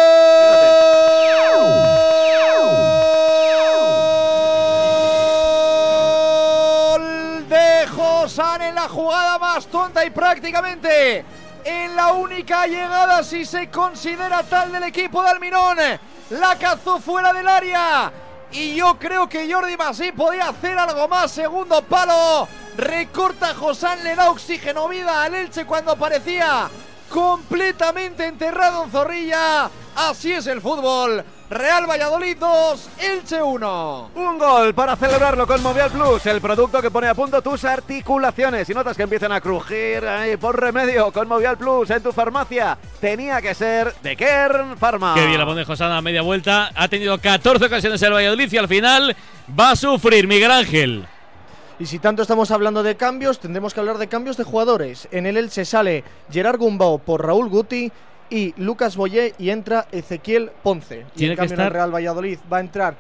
Gol de Josán en la jugada más tonta y prácticamente en la única llegada, si se considera tal, del equipo de Almirón. La cazó fuera del área. Y yo creo que Jordi Masí podía hacer algo más. Segundo palo. Recorta Josán, le da oxígeno, vida al Elche cuando parecía completamente enterrado en Zorrilla. Así es el fútbol. Real Valladolid 2, Elche 1. Un gol para celebrarlo con Movial Plus, el producto que pone a punto tus articulaciones. Si notas que empiezan a crujir, por remedio con Movial Plus en tu farmacia. Tenía que ser de Kern Pharma. Qué bien la pone Josán a media vuelta. Ha tenido 14 ocasiones el Valladolid y al final va a sufrir Miguel Ángel. Y si tanto estamos hablando de cambios, tendremos que hablar de cambios de jugadores. En el Elche sale Gerard Gumbau por Raúl Guti y Lucas Boyé y entra Ezequiel Ponce. Y en cambio en el Real Valladolid va a entrar,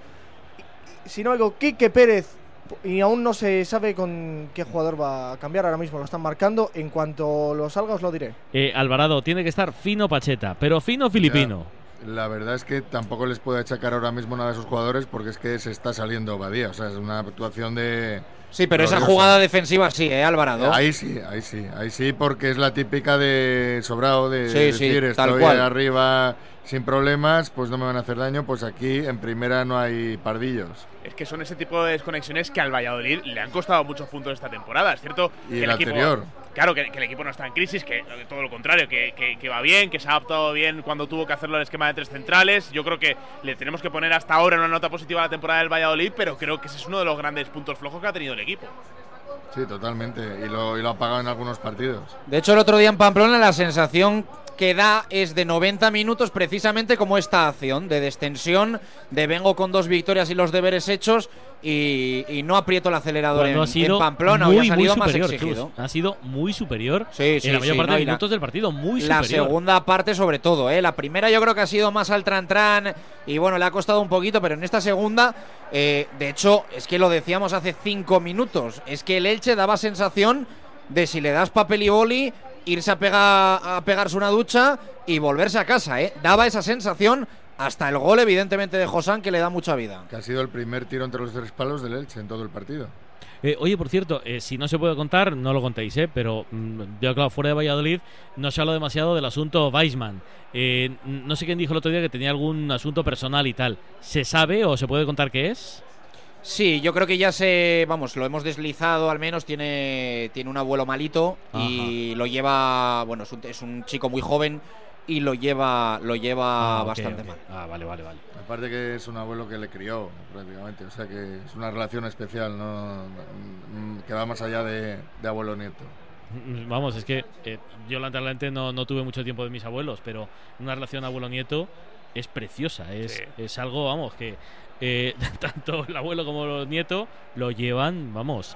si no algo, Quique Pérez, y aún no se sabe con qué jugador va a cambiar. Ahora mismo lo están marcando. En cuanto lo salga os lo diré. Alvarado, tiene que estar fino Pacheta, pero fino filipino. La verdad es que tampoco les puedo achacar ahora mismo nada de esos jugadores porque es que se está saliendo Badía. O sea, es una actuación de... Sí, pero esa jugada defensiva sí, Alvarado. Ahí sí, porque es la típica de sobrado, de decir, tal estoy cual. arriba sin problemas, pues no me van a hacer daño, pues aquí en primera no hay pardillos. Es que son ese tipo de desconexiones que al Valladolid le han costado muchos puntos esta temporada. Es cierto Y que el anterior. Claro, que el equipo no está en crisis, que todo lo contrario, que va bien, que se ha adaptado bien cuando tuvo que hacerlo el esquema de tres centrales. Yo creo que le tenemos que poner hasta ahora una nota positiva a la temporada del Valladolid, pero creo que ese es uno de los grandes puntos flojos que ha tenido el equipo. Sí, totalmente, y lo ha pagado en algunos partidos. De hecho, el otro día en Pamplona la sensación que da es de 90 minutos, precisamente como esta acción de descensión, de vengo con 2 victorias y los deberes hechos y no aprieto el acelerador en Pamplona. Hoy ha salido más exigido. Ha sido muy superior en la mayor parte de minutos del partido, muy la superior. Segunda parte sobre todo, la primera yo creo que ha sido más al tran-tran y bueno, le ha costado un poquito, pero en esta segunda, de hecho, es que lo decíamos hace 5 minutos, es que el Elche daba sensación de si le das papel y boli, irse a pegarse una ducha y volverse a casa, daba esa sensación hasta el gol evidentemente de Josán, que le da mucha vida. Que ha sido el primer tiro entre los 3 palos del Elche en todo el partido. Oye, por cierto, si no se puede contar, no lo contéis, pero yo, claro, fuera de Valladolid no se habla demasiado del asunto Weissman. No sé quién dijo el otro día que tenía algún asunto personal y tal. ¿Se sabe o se puede contar qué es? Sí, yo creo que ya lo hemos deslizado, al menos tiene un abuelo malito. Ajá. Y lo lleva, bueno, es un chico muy joven y lo lleva bastante mal. Vale. Aparte que es un abuelo que le crió prácticamente, o sea que es una relación especial, ¿no? Que va más allá de abuelo-nieto. Vamos, es que yo lamentablemente no tuve mucho tiempo de mis abuelos, pero una relación abuelo-nieto es preciosa, es algo, vamos, que tanto el abuelo como el nieto lo llevan, vamos,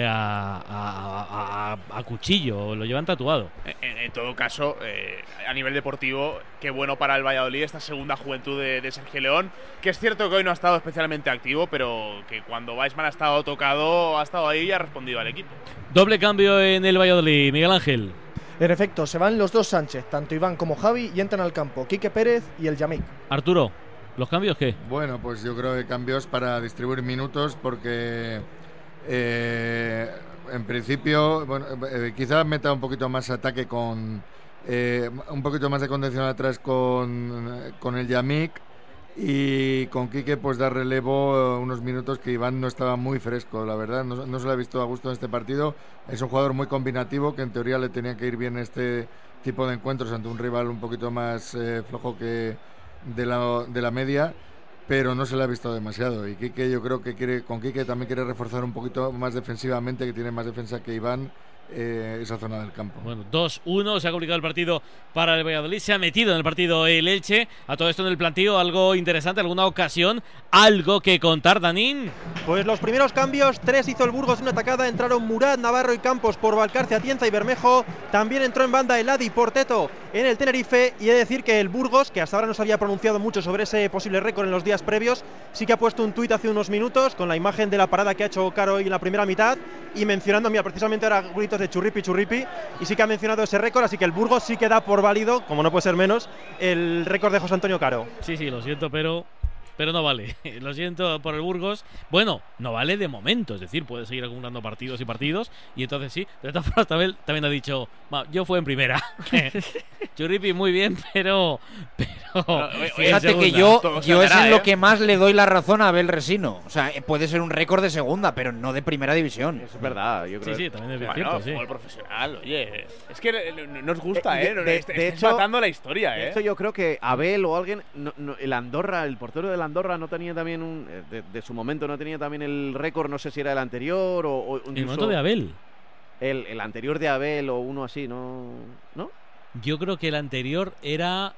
a cuchillo, lo llevan tatuado. En todo caso, a nivel deportivo, qué bueno para el Valladolid esta segunda juventud de Sergio León, que es cierto que hoy no ha estado especialmente activo, pero que cuando Weissman ha estado tocado, ha estado ahí y ha respondido al equipo. Doble cambio en el Valladolid, Miguel Ángel. En efecto, se van los 2 Sánchez, tanto Iván como Javi, y entran al campo Quique Pérez y el Yamik. Arturo, ¿Los cambios qué? Bueno, pues yo creo que cambios para distribuir minutos porque en principio, bueno, quizás meta un poquito más ataque con un poquito más de contención atrás con el Yamik, y con Quique pues dar relevo unos minutos que Iván no estaba muy fresco, la verdad, no se lo ha visto a gusto en este partido. Es un jugador muy combinativo que en teoría le tenía que ir bien este tipo de encuentros ante un rival un poquito más flojo que de la media, pero no se le ha visto demasiado. Y Quique, yo creo que con Quique también quiere reforzar un poquito más defensivamente, que tiene más defensa que Iván, esa zona del campo. Bueno, 2-1, se ha complicado el partido para el Valladolid, se ha metido en el partido el Elche. A todo esto en el plantío, algo interesante, alguna ocasión, algo que contar, Danín. Pues los primeros cambios, 3 hizo el Burgos en una atacada, entraron Murat, Navarro y Campos por Valcarce, Atienza y Bermejo. También entró en banda Eladi por Teto en el Tenerife, y he de decir que el Burgos, que hasta ahora no se había pronunciado mucho sobre ese posible récord en los días previos, sí que ha puesto un tuit hace unos minutos con la imagen de la parada que ha hecho Caro hoy en la primera mitad, y mencionando, mira, precisamente ahora gritos de churripi, y sí que ha mencionado ese récord, así que el Burgos sí que da por válido, como no puede ser menos, el récord de José Antonio Caro. Sí, lo siento, pero no vale. Lo siento por el Burgos. Bueno, no vale de momento, es decir, puede seguir acumulando partidos, y entonces sí. De todas formas, también ha dicho, yo fui en primera. Churripi muy bien, pero fíjate que yo es en lo que más le doy la razón a Abel Resino. O sea, puede ser un récord de segunda, pero no de primera división. Eso es verdad, yo creo. Sí, también es cierto, sí. Fútbol profesional, oye, es que nos gusta, de hecho, matando la historia, De hecho, yo creo que Abel o alguien, el Andorra, el portero del Andorra no tenía también de su momento no tenía también el récord, no sé si era el anterior o incluso el momento de Abel. El anterior de Abel o uno así, ¿no? Yo creo que el anterior era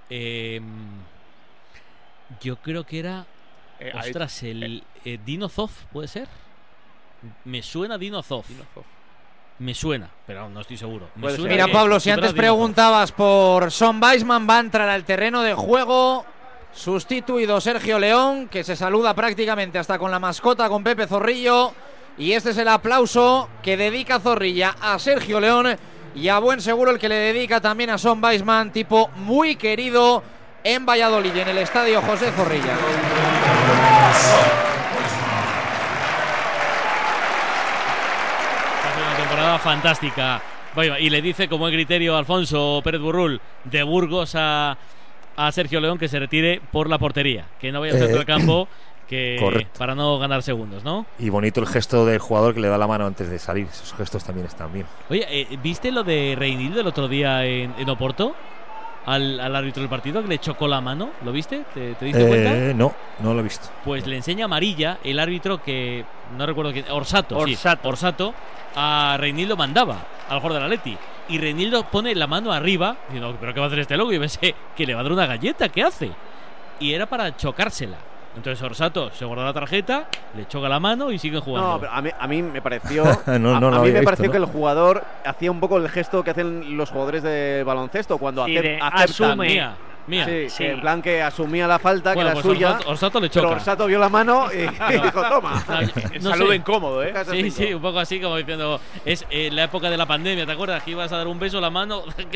yo creo que era ostras, el Dino Zoff, ¿puede ser? Me suena Dino Zoff. Me suena, pero no estoy seguro. Mira, Pablo, si antes preguntabas por Son Weisman, va a entrar al terreno de juego sustituido Sergio León, que se saluda prácticamente hasta con la mascota, con Pepe Zorrillo. Y este es el aplauso que dedica Zorrilla a Sergio León, y a buen seguro el que le dedica también a Son Weisman, tipo muy querido en Valladolid, en el estadio José Zorrilla. Hace una temporada fantástica. Bueno, y le dice, como el criterio Alfonso Pérez Burrul, de Burgos a Sergio León, que se retire por la portería, que no vaya al centro del campo, para no ganar segundos, ¿no? Y bonito el gesto del jugador que le da la mano antes de salir. Esos gestos también están bien. Oye, ¿viste lo de Reinildo el otro día en Oporto? Al árbitro del partido, que le chocó la mano. ¿Lo viste? ¿Te diste cuenta? No lo he visto. Pues le enseña amarilla el árbitro, que no recuerdo quién. Orsato. A Reinildo mandaba al jugador del Atleti, y Reinildo pone la mano arriba diciendo, ¿pero qué va a hacer este loco? Y pensé que le va a dar una galleta. ¿Qué hace? Y era para chocársela. Entonces Orsato se guarda la tarjeta, le choca la mano y siguen jugando. No, pero a mí me pareció que el jugador hacía un poco el gesto que hacen los jugadores de baloncesto cuando aceptan. Sí, en plan que asumía la falta, que era pues suya. Orsato le choca. Pero Orsato vio la mano y dijo, toma. Saludo incómodo, ¿eh? Sí, un poco así, como diciendo, es la época de la pandemia, ¿te acuerdas? Que ibas a dar un beso a la mano. ¿Qué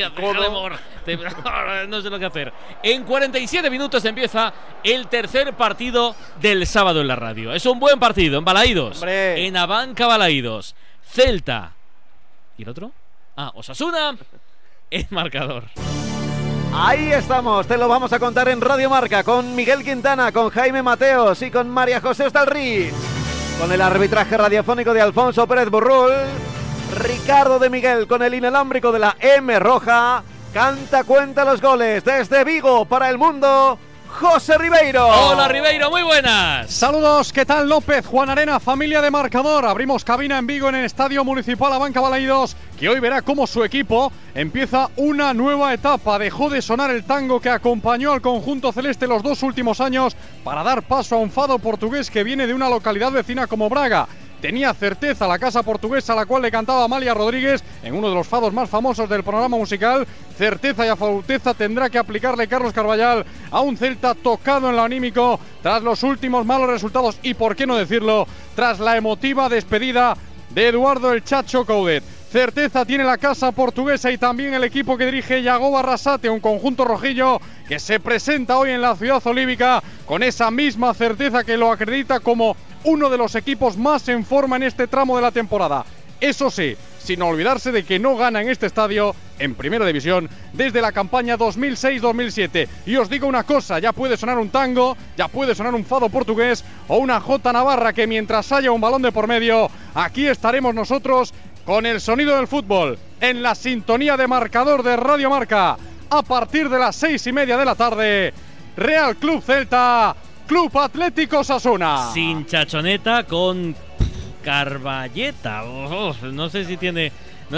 haces? No sé lo que hacer. En 47 minutos empieza el tercer partido del sábado en la radio. Es un buen partido en Balaídos. En Abanca Balaídos. Celta. ¿Y el otro? Osasuna. El marcador. Ahí estamos, te lo vamos a contar en Radio Marca con Miguel Quintana, con Jaime Mateos y con María José Estalriz, con el arbitraje radiofónico de Alfonso Pérez Burrul, Ricardo de Miguel con el inalámbrico de la M roja. Canta, cuenta los goles desde Vigo para el mundo, José Ribeiro. Hola Ribeiro, muy buenas. Saludos, ¿qué tal López? Juan Arena, familia de Marcador. Abrimos cabina en Vigo en el Estadio Municipal Abanca Balaídos, que hoy verá cómo su equipo empieza una nueva etapa. Dejó de sonar el tango que acompañó al conjunto celeste los 2 últimos años para dar paso a un fado portugués que viene de una localidad vecina como Braga. Tenía certeza la casa portuguesa a la cual le cantaba Amalia Rodríguez en uno de los fados más famosos del programa musical. Certeza y afauteza tendrá que aplicarle Carlos Carballal a un Celta tocado en lo anímico tras los últimos malos resultados y, por qué no decirlo, tras la emotiva despedida de Eduardo el Chacho Coudet. certeza tiene la casa portuguesa y también el equipo que dirige Yagoba Arrasate, un conjunto rojillo que se presenta hoy en la ciudad olímpica con esa misma certeza que lo acredita como uno de los equipos más en forma en este tramo de la temporada. Eso sí, sin olvidarse de que no gana en este estadio en Primera División desde la campaña 2006-2007. Y os digo una cosa, ya puede sonar un tango, ya puede sonar un fado portugués o una jota navarra, que mientras haya un balón de por medio, aquí estaremos nosotros con el sonido del fútbol, en la sintonía de marcador de Radio Marca, a partir de las 6:30 de la tarde. Real Club Celta, Club Atlético Osasuna. Sin Chachoneta, con Carballeta. No sé si tiene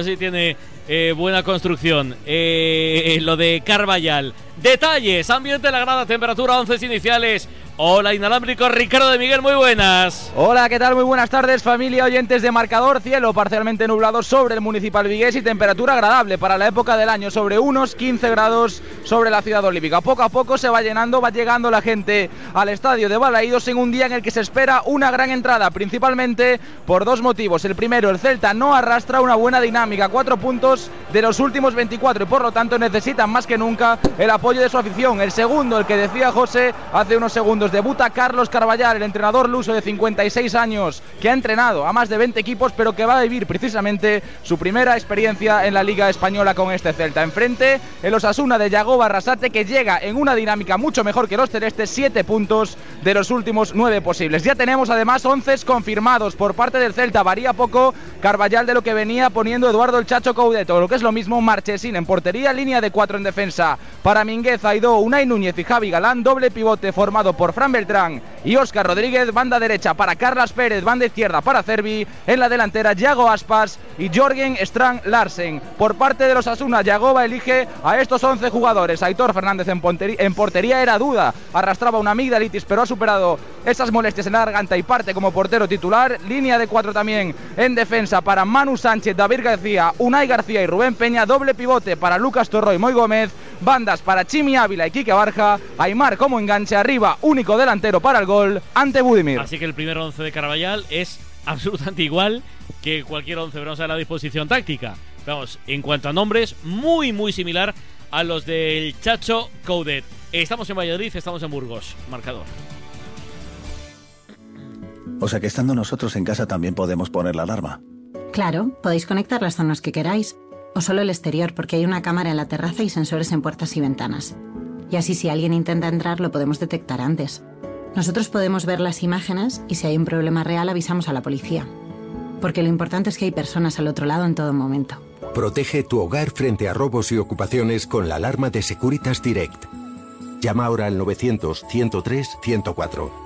buena construcción. Lo de Carballal. Detalles, ambiente de la grada, temperatura 11 iniciales. Hola, inalámbrico, Ricardo de Miguel, muy buenas. Hola, ¿qué tal? Muy buenas tardes, familia, oyentes de Marcador. Cielo parcialmente nublado sobre el Municipal Vigués y temperatura agradable para la época del año, sobre unos 15 grados sobre la ciudad olímpica. Poco a poco se va llenando, va llegando la gente al estadio de Balaídos en un día en el que se espera una gran entrada, principalmente por dos motivos. El primero, el Celta no arrastra una buena dinámica, 4 puntos de los últimos 24 y por lo tanto necesitan más que nunca el apoyo de su afición. El segundo, el que decía José hace unos segundos, debuta Carlos Carballal, el entrenador luso de 56 años que ha entrenado a más de 20 equipos, pero que va a vivir precisamente su primera experiencia en la Liga Española con este Celta. Enfrente, el Osasuna de Yagoba Arrasate, que llega en una dinámica mucho mejor que los celestes, 7 puntos de los últimos 9 posibles. Ya tenemos además 11 confirmados por parte del Celta. Varía poco Carballal de lo que venía poniendo Eduardo el Chacho Coudet, o lo que es lo mismo, Marchesín en portería, línea de 4 en defensa para Mingueza, Aidó, Unai Núñez y Javi Galán, doble pivote formado por Fran Beltrán y Óscar Rodríguez, banda derecha para Carlas Pérez, banda izquierda para Cervi, en la delantera Yago Aspas y Jorgen Strand Larsen. Por parte de los Osasuna, Yagoba elige a estos 11 jugadores. Aitor Fernández en portería era duda, arrastraba una amigdalitis pero ha superado esas molestias en la garganta y parte como portero titular. Línea de 4 también en defensa para Manu Sánchez, David García, Unai García y Rubén Peña, doble pivote para Lucas Torro y Moy Gómez, bandas para Chimi Ávila y Quique Barja, Aimar como enganche, arriba único delantero para el gol ante Budimir. Así que el primer 11 de Carballal es absolutamente igual que cualquier 11, vamos a la disposición táctica. Vamos, en cuanto a nombres, muy similar a los del Chacho Coudet. Estamos en Valladolid, estamos en Burgos. Marcador. O sea que estando nosotros en casa también podemos poner la alarma. Claro, podéis conectar las zonas que queráis, o solo el exterior, porque hay una cámara en la terraza y sensores en puertas y ventanas. Y así si alguien intenta entrar lo podemos detectar antes. Nosotros podemos ver las imágenes y si hay un problema real avisamos a la policía. Porque lo importante es que hay personas al otro lado en todo momento. Protege tu hogar frente a robos y ocupaciones con la alarma de Securitas Direct. Llama ahora al 900-103-104.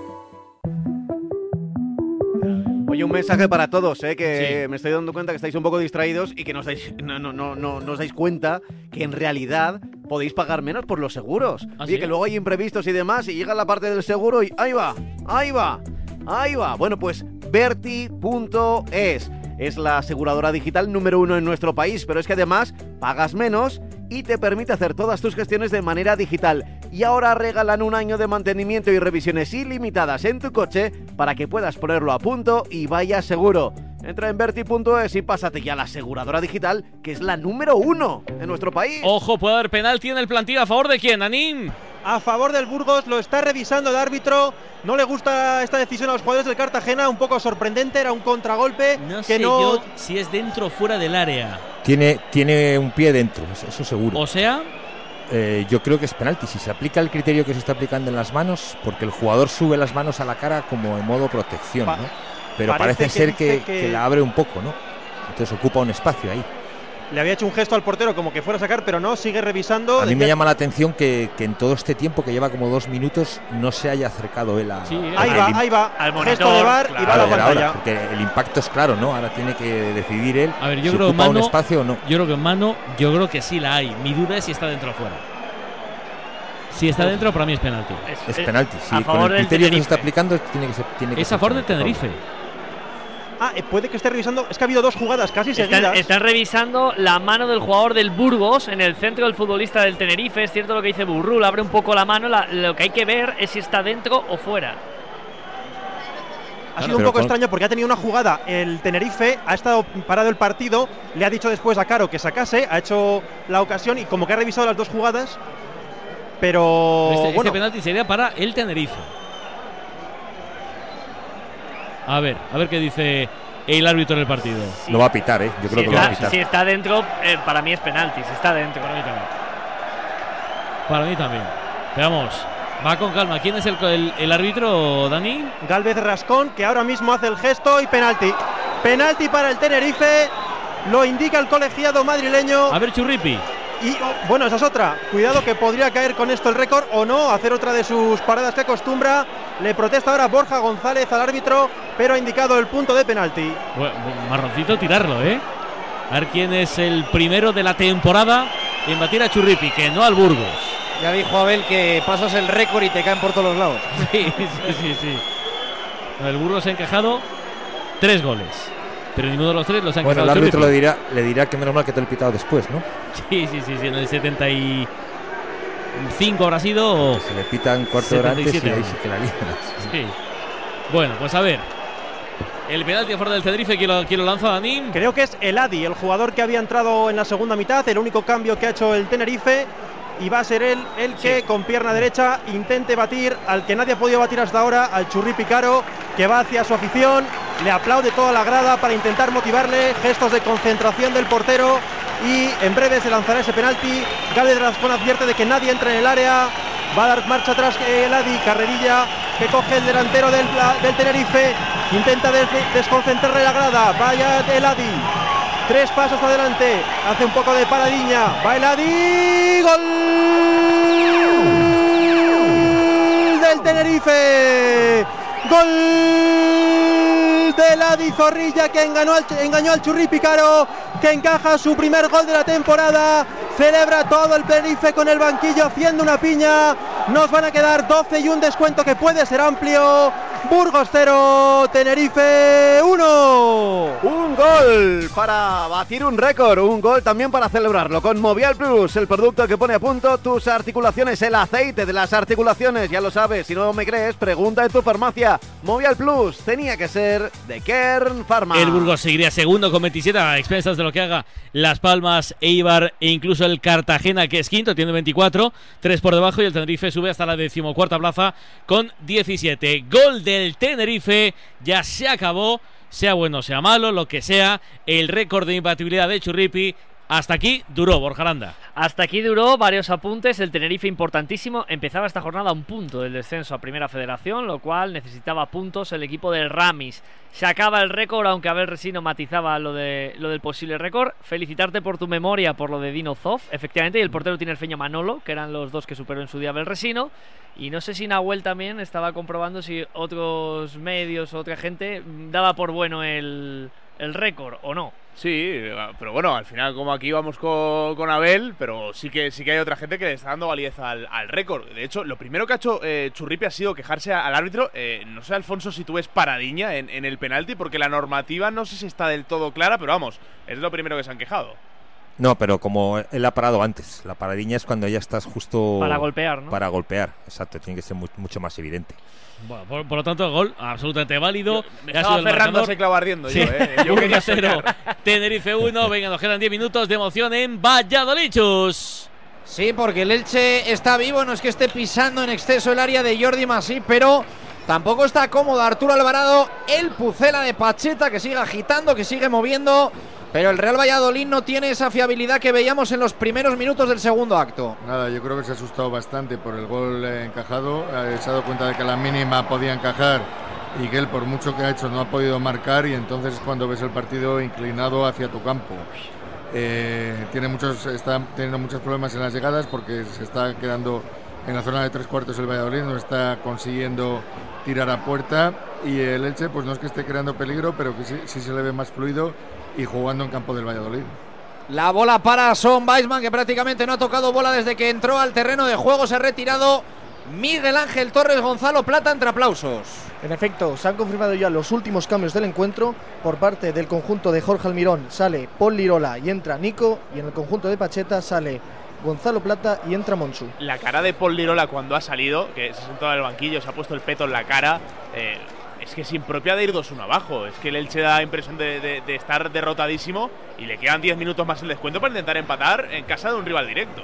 Oye, un mensaje para todos, que sí. Me estoy dando cuenta que estáis un poco distraídos y que no os dais cuenta que en realidad podéis pagar menos por los seguros. ¿Ah, Oye, sí? que luego hay imprevistos y demás y llega la parte del seguro y ahí va. Bueno, pues Verti.es es la aseguradora digital número 1 en nuestro país, pero es que además pagas menos y te permite hacer todas tus gestiones de manera digital. Y ahora regalan un año de mantenimiento y revisiones ilimitadas en tu coche para que puedas ponerlo a punto y vaya seguro. Entra en Verti.es y pásate ya a la aseguradora digital, que es la número 1 en nuestro país. Ojo, puede haber penalti en el plantillo. ¿A favor de quién, Anín? A favor del Burgos, lo está revisando el árbitro. No le gusta esta decisión a los jugadores del Cartagena, un poco sorprendente, era un contragolpe. No sé yo si es dentro o fuera del área. Tiene un pie dentro, eso seguro. O sea, yo creo que es penalti. Si se aplica el criterio que se está aplicando en las manos, porque el jugador sube las manos a la cara como en modo protección, ¿no? Pero parece ser que la abre un poco, ¿no? Entonces ocupa un espacio ahí. Le había hecho un gesto al portero como que fuera a sacar, pero no, sigue revisando. A mí me llama la atención que en todo este tiempo, que lleva como 2 minutos, no se haya acercado él a... Sí, ahí va, al monitor, gesto de VAR, claro, y va a la pantalla. Ahora, porque el impacto es claro, ¿no? Ahora tiene que decidir él. A ver, yo si creo ocupa mano, un espacio o no. Yo creo que en mano, yo creo que sí la hay. Mi duda es si está dentro o fuera. Si está dentro, para mí es penalti. Es penalti, sí. Con el criterio que se está aplicando tiene que ser. Es a favor del Tenerife. Puede que esté revisando. Es que ha habido 2 jugadas casi seguidas. Están revisando la mano del jugador del Burgos en el centro del futbolista del Tenerife. Es cierto lo que dice Burrul, abre un poco la mano. Lo que hay que ver es si está dentro o fuera. Ha sido un poco extraño porque ha tenido una jugada el Tenerife, ha estado parado el partido, le ha dicho después a Caro que sacase, ha hecho la ocasión y como que ha revisado las dos jugadas, pero este penalti sería para el Tenerife. A ver qué dice el árbitro del partido. Lo va a pitar, yo creo que lo va a pitar. Si está dentro, para mí es penalti, si está dentro. Para mí también. Veamos. Va con calma. ¿Quién es el árbitro, Dani? Gálvez Rascón, que ahora mismo hace el gesto y penalti. Penalti para el Tenerife. Lo indica el colegiado madrileño. A ver, Churripi. Y bueno, esa es otra. Cuidado que podría caer con esto el récord o no, hacer otra de sus paradas que acostumbra. Le protesta ahora Borja González al árbitro, pero ha indicado el punto de penalti. Bueno, marroncito tirarlo, A ver quién es el primero de la temporada en batir a Churripi, que no al Burgos. Ya dijo Abel que pasas el récord y te caen por todos los lados. Sí. El Burgos ha encajado 3 goles. Pero ninguno de los 3 los ha encajado. Bueno, el árbitro le dirá que menos mal que te lo he pitado después, ¿no? Sí. En el 75 habrá sido. Se le pitan cuarto de hora antes y ahí sí que la lías. Sí. Bueno, pues a ver. El penalti a favor del Tenerife, ¿quién lo lanza, Dani? Creo que es el Adi, el jugador que había entrado en la segunda mitad, el único cambio que ha hecho el Tenerife. Y va a ser él el que con pierna derecha intente batir al que nadie ha podido batir hasta ahora, al Churripi Caro, que va hacia su afición, le aplaude toda la grada para intentar motivarle, gestos de concentración del portero y en breve se lanzará ese penalti. Gálvez Rascón advierte de que nadie entra en el área, va a dar marcha atrás el Adi, carrerilla que coge el delantero del Tenerife, intenta desconcentrarle la grada, vaya el Adi. 3 pasos adelante, hace un poco de paradiña, va el Adi, gol del Tenerife, gol del Adi Zorrilla que engañó al Churripi Caro, que encaja su primer gol de la temporada, celebra todo el Tenerife con el banquillo haciendo una piña, nos van a quedar 12 y un descuento que puede ser amplio. Burgos 0, Tenerife 1. Un gol para batir un récord, un gol también para celebrarlo con Movial Plus, el producto que pone a punto tus articulaciones, el aceite de las articulaciones, ya lo sabes, si no me crees, pregunta en tu farmacia. Movial Plus tenía que ser de Kern Pharma. El Burgos seguiría segundo con 27 a expensas de lo que haga Las Palmas, Eibar e incluso el Cartagena, que es quinto, tiene 24, 3 por debajo, y el Tenerife sube hasta la 14ª plaza con 17. Gol del Tenerife, ya se acabó, sea bueno sea malo, lo que sea, el récord de imbatibilidad de Churripi. Hasta aquí duró, Borja Aranda. Hasta aquí duró, varios apuntes. El Tenerife importantísimo. Empezaba esta jornada a un punto del descenso a Primera Federación, lo cual necesitaba puntos el equipo del Ramis. Se acaba el récord, aunque Abel Resino matizaba lo del posible récord. Felicitarte por tu memoria por lo de Dino Zoff, efectivamente, y el portero tinerfeño Manolo, que eran los dos que superó en su día Abel Resino. Y no sé si Nahuel también estaba comprobando si otros medios o otra gente daba por bueno el récord o no. Sí, pero bueno, al final como aquí vamos con Abel, pero sí que hay otra gente que le está dando validez al récord. De hecho, lo primero que ha hecho Churripi ha sido quejarse al árbitro. No sé, Alfonso, si tú ves paradiña en el penalti, porque la normativa no sé si está del todo clara, pero vamos, es lo primero que se han quejado. No, pero como él ha parado antes, la paradiña es cuando ya estás justo... Para golpear, ¿no? Para golpear, exacto, tiene que ser mucho más evidente. Bueno, por lo tanto, el gol absolutamente válido. Me estaba cerrando ese clavo ardiendo, sí. Yo quería 0, Tenerife 1. Venga, nos quedan 10 minutos de emoción en Valladolid, Chus. Sí, porque el Elche está vivo, no es que esté pisando en exceso el área de Jordi Masí, pero tampoco está cómodo Arturo Alvarado. El Pucela de Pacheta que sigue agitando, que sigue moviendo. Pero el Real Valladolid no tiene esa fiabilidad que veíamos en los primeros minutos del segundo acto. Nada, yo creo que se ha asustado bastante por el gol encajado. Se ha dado cuenta de que a la mínima podía encajar y que él, por mucho que ha hecho, no ha podido marcar. Y entonces es cuando ves el partido inclinado hacia tu campo. Está teniendo muchos problemas en las llegadas porque se está quedando en la zona de 3/4 el Valladolid, no está consiguiendo tirar a puerta. Y el Elche, pues no es que esté creando peligro, pero que sí se le ve más fluido y jugando en campo del Valladolid. La bola para Son Weisman, que prácticamente no ha tocado bola desde que entró al terreno de juego. Se ha retirado Miguel Ángel Torres. Gonzalo Plata entre aplausos. En efecto, se han confirmado ya los últimos cambios del encuentro. Por parte del conjunto de Jorge Almirón sale Paul Lirola y entra Nico, y en el conjunto de Pacheta sale Gonzalo Plata y entra Monsu. La cara de Paul Lirola cuando ha salido, que se sentó en el banquillo, se ha puesto el peto en la cara, es que es impropia de ir 2-1 abajo. Es que el Elche da impresión de estar derrotadísimo y le quedan 10 minutos más el descuento para intentar empatar en casa de un rival directo.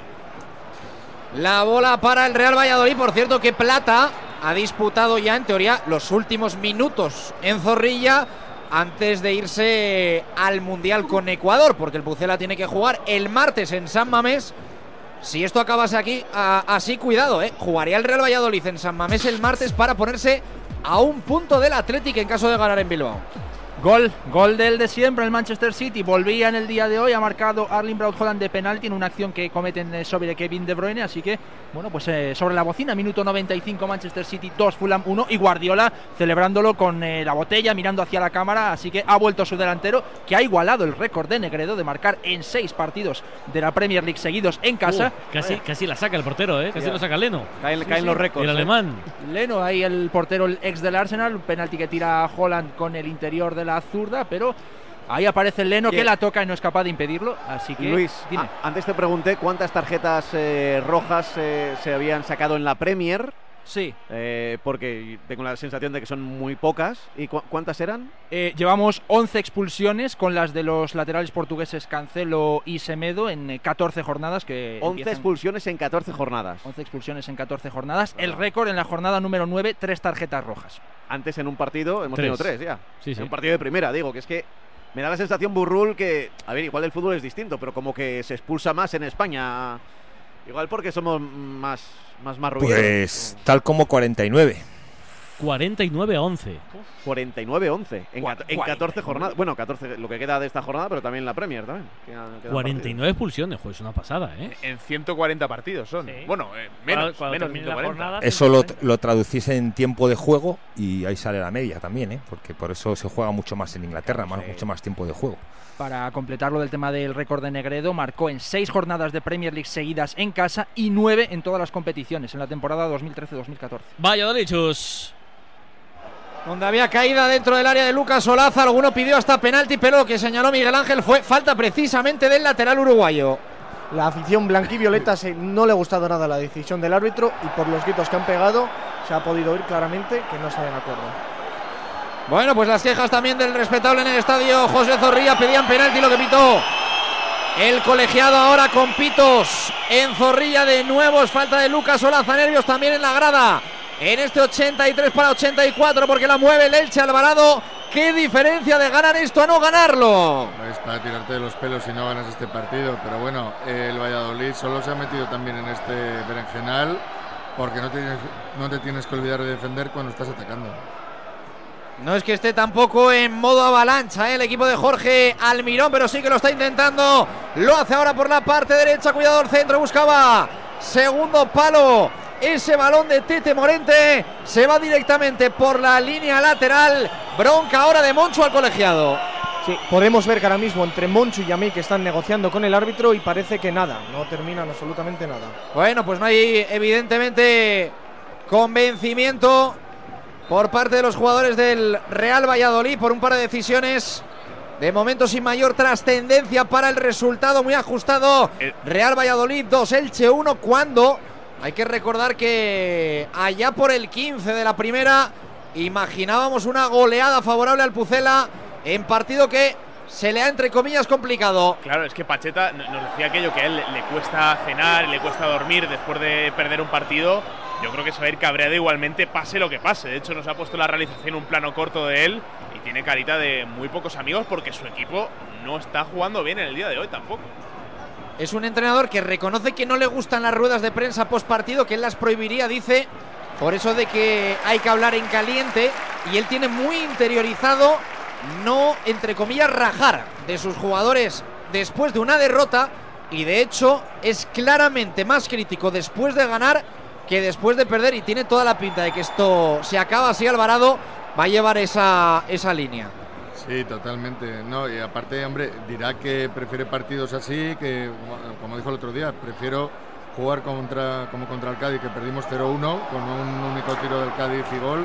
La bola para el Real Valladolid. Por cierto que Plata ha disputado ya en teoría los últimos minutos en Zorrilla antes de irse al Mundial con Ecuador, porque el Pucela tiene que jugar el martes en San Mamés. Si esto acabase aquí así, cuidado, jugaría el Real Valladolid en San Mamés el martes para ponerse a un punto del Athletic en caso de ganar en Bilbao. Gol del de siempre, el Manchester City. Volvía en el día de hoy, ha marcado Erling Braut Haaland de penalti en una acción que cometen sobre Kevin De Bruyne. Así que, bueno, pues sobre la bocina, minuto 95, Manchester City 2, Fulham 1. Y Guardiola celebrándolo con la botella, mirando hacia la cámara. Así que ha vuelto su delantero, que ha igualado el récord de Negredo de marcar en 6 partidos de la Premier League seguidos en casa. Casi la saca el portero, casi lo saca Leno. Caen los récords. El alemán. Leno, ahí el portero, el ex del Arsenal. Un penalti que tira Haaland con el interior de la zurda, pero ahí aparece el Leno que la toca y no es capaz de impedirlo. Así que, Luis, antes te pregunté cuántas tarjetas rojas se habían sacado en la Premier. Sí. Porque tengo la sensación de que son muy pocas. ¿Y cuántas eran? Llevamos 11 expulsiones con las de los laterales portugueses Cancelo y Semedo en 14 jornadas. 11 expulsiones en 14 jornadas. 11 expulsiones en 14 jornadas. El récord en la jornada número 9, 3 tarjetas rojas. Antes en un partido hemos tenido 3 ya. Sí. En un partido de primera, digo, que es que me da la sensación, Burrul, que, a ver, igual el fútbol es distinto, pero como que se expulsa más en España. Igual porque somos más marrulleros. Pues tal como 49. 49-11. 49-11 en 14 jornadas. Bueno, 14 lo que queda de esta jornada, pero también la Premier también. Quedan 49 expulsiones, joder, es una pasada, En 140 partidos son. Sí. Bueno, menos 140. Eso lo traducís en tiempo de juego y ahí sale la media también, porque por eso se juega mucho más en Inglaterra, mucho más tiempo de juego. Para completarlo del tema del récord de Negredo, marcó en 6 jornadas de Premier League seguidas en casa y 9 en todas las competiciones en la temporada 2013-2014. Valladolid, Chus. Donde había caída dentro del área de Lucas Olaza, alguno pidió hasta penalti, pero lo que señaló Miguel Ángel fue falta precisamente del lateral uruguayo. La afición blanquivioleta no le ha gustado nada la decisión del árbitro y por los gritos que han pegado se ha podido oír claramente que no están de acuerdo. Bueno, pues las quejas también del respetable en el estadio José Zorrilla pedían penalti, lo que pitó el colegiado ahora con pitos en Zorrilla. De nuevo es falta de Lucas Olaza, nervios también en la grada en este 83 para 84 porque la mueve el Elche. Alvarado, qué diferencia de ganar esto a no ganarlo. Es para tirarte de los pelos si no ganas este partido, pero bueno, el Valladolid solo se ha metido también en este berenjenal porque no te tienes que olvidar de defender cuando estás atacando. No es que esté tampoco en modo avalancha el equipo de Jorge Almirón, pero sí que lo está intentando. Lo hace ahora por la parte derecha. Cuidado el centro, buscaba segundo palo. Ese balón de Tete Morente se va directamente por la línea lateral. Bronca ahora de Monchu al colegiado. Sí, podemos ver que ahora mismo entre Monchu y Yamil que están negociando con el árbitro y parece que nada, no terminan absolutamente nada. Bueno, pues no hay evidentemente convencimiento por parte de los jugadores del Real Valladolid por un par de decisiones de momento sin mayor trascendencia para el resultado, muy ajustado. Real Valladolid 2, Elche 1, cuando hay que recordar que allá por el 15 de la primera imaginábamos una goleada favorable al Pucela en partido que se le ha entre comillas complicado. Claro, es que Pacheta nos decía aquello que a él le cuesta cenar, le cuesta dormir después de perder un partido. Yo creo que se va a ir cabreado igualmente, pase lo que pase. De hecho, nos ha puesto la realización un plano corto de él y tiene carita de muy pocos amigos porque su equipo no está jugando bien en el día de hoy tampoco. Es un entrenador que reconoce que no le gustan las ruedas de prensa post partido, que él las prohibiría, dice, por eso de que hay que hablar en caliente, y él tiene muy interiorizado no, entre comillas, rajar de sus jugadores después de una derrota, y de hecho es claramente más crítico después de ganar que después de perder, y tiene toda la pinta de que esto se acaba así. Alvarado va a llevar esa línea. Sí, totalmente. No, y aparte, hombre, dirá que prefiere partidos así, que como dijo el otro día, prefiero jugar como contra el Cádiz, que perdimos 0-1 con un único tiro del Cádiz y gol,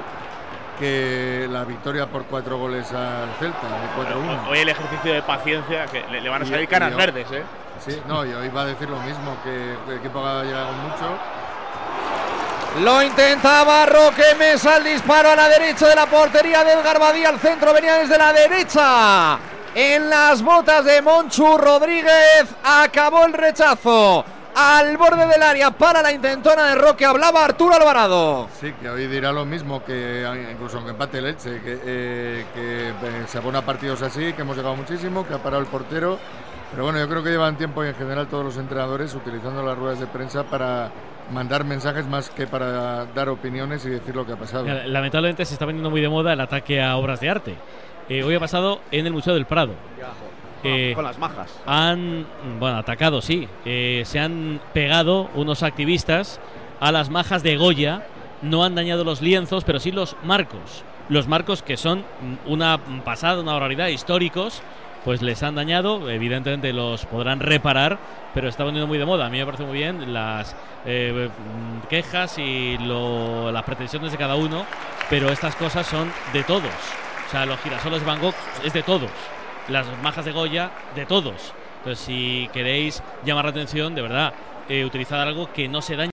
que la victoria por 4 goles al Celta, de 4-1. Hoy el ejercicio de paciencia, que le van a salir canas verdes, ¿eh? Sí, no, yo iba a decir lo mismo, que el equipo ha llegado mucho. Lo intentaba Roque Mesa, el disparo a la derecha de la portería de Edgar Badía. El centro venía desde la derecha. En las botas de Monchu Rodríguez. Acabó el rechazo al borde del área para la intentona de Roque. Hablaba Arturo Alvarado. Sí, que hoy dirá lo mismo, que incluso aunque empate el Elche, que se abona partidos así, que hemos llegado muchísimo, que ha parado el portero. Pero bueno, yo creo que llevan tiempo y en general todos los entrenadores utilizando las ruedas de prensa para mandar mensajes más que para dar opiniones y decir lo que ha pasado. Lamentablemente se está poniendo muy de moda el ataque a obras de arte. Hoy ha pasado en el Museo del Prado. Con las majas. Han atacado, sí. Se han pegado unos activistas a las majas de Goya. No han dañado los lienzos, pero sí los marcos. Los marcos, que son una pasada, una barbaridad, históricos, pues les han dañado. Evidentemente los podrán reparar, pero está poniendo muy de moda. A mí me parece muy bien las quejas y las pretensiones de cada uno, pero estas cosas son de todos. O sea, los girasoles de Van Gogh es de todos. Las majas de Goya, de todos. Entonces, si queréis llamar la atención, de verdad, utilizad algo que no se dañe.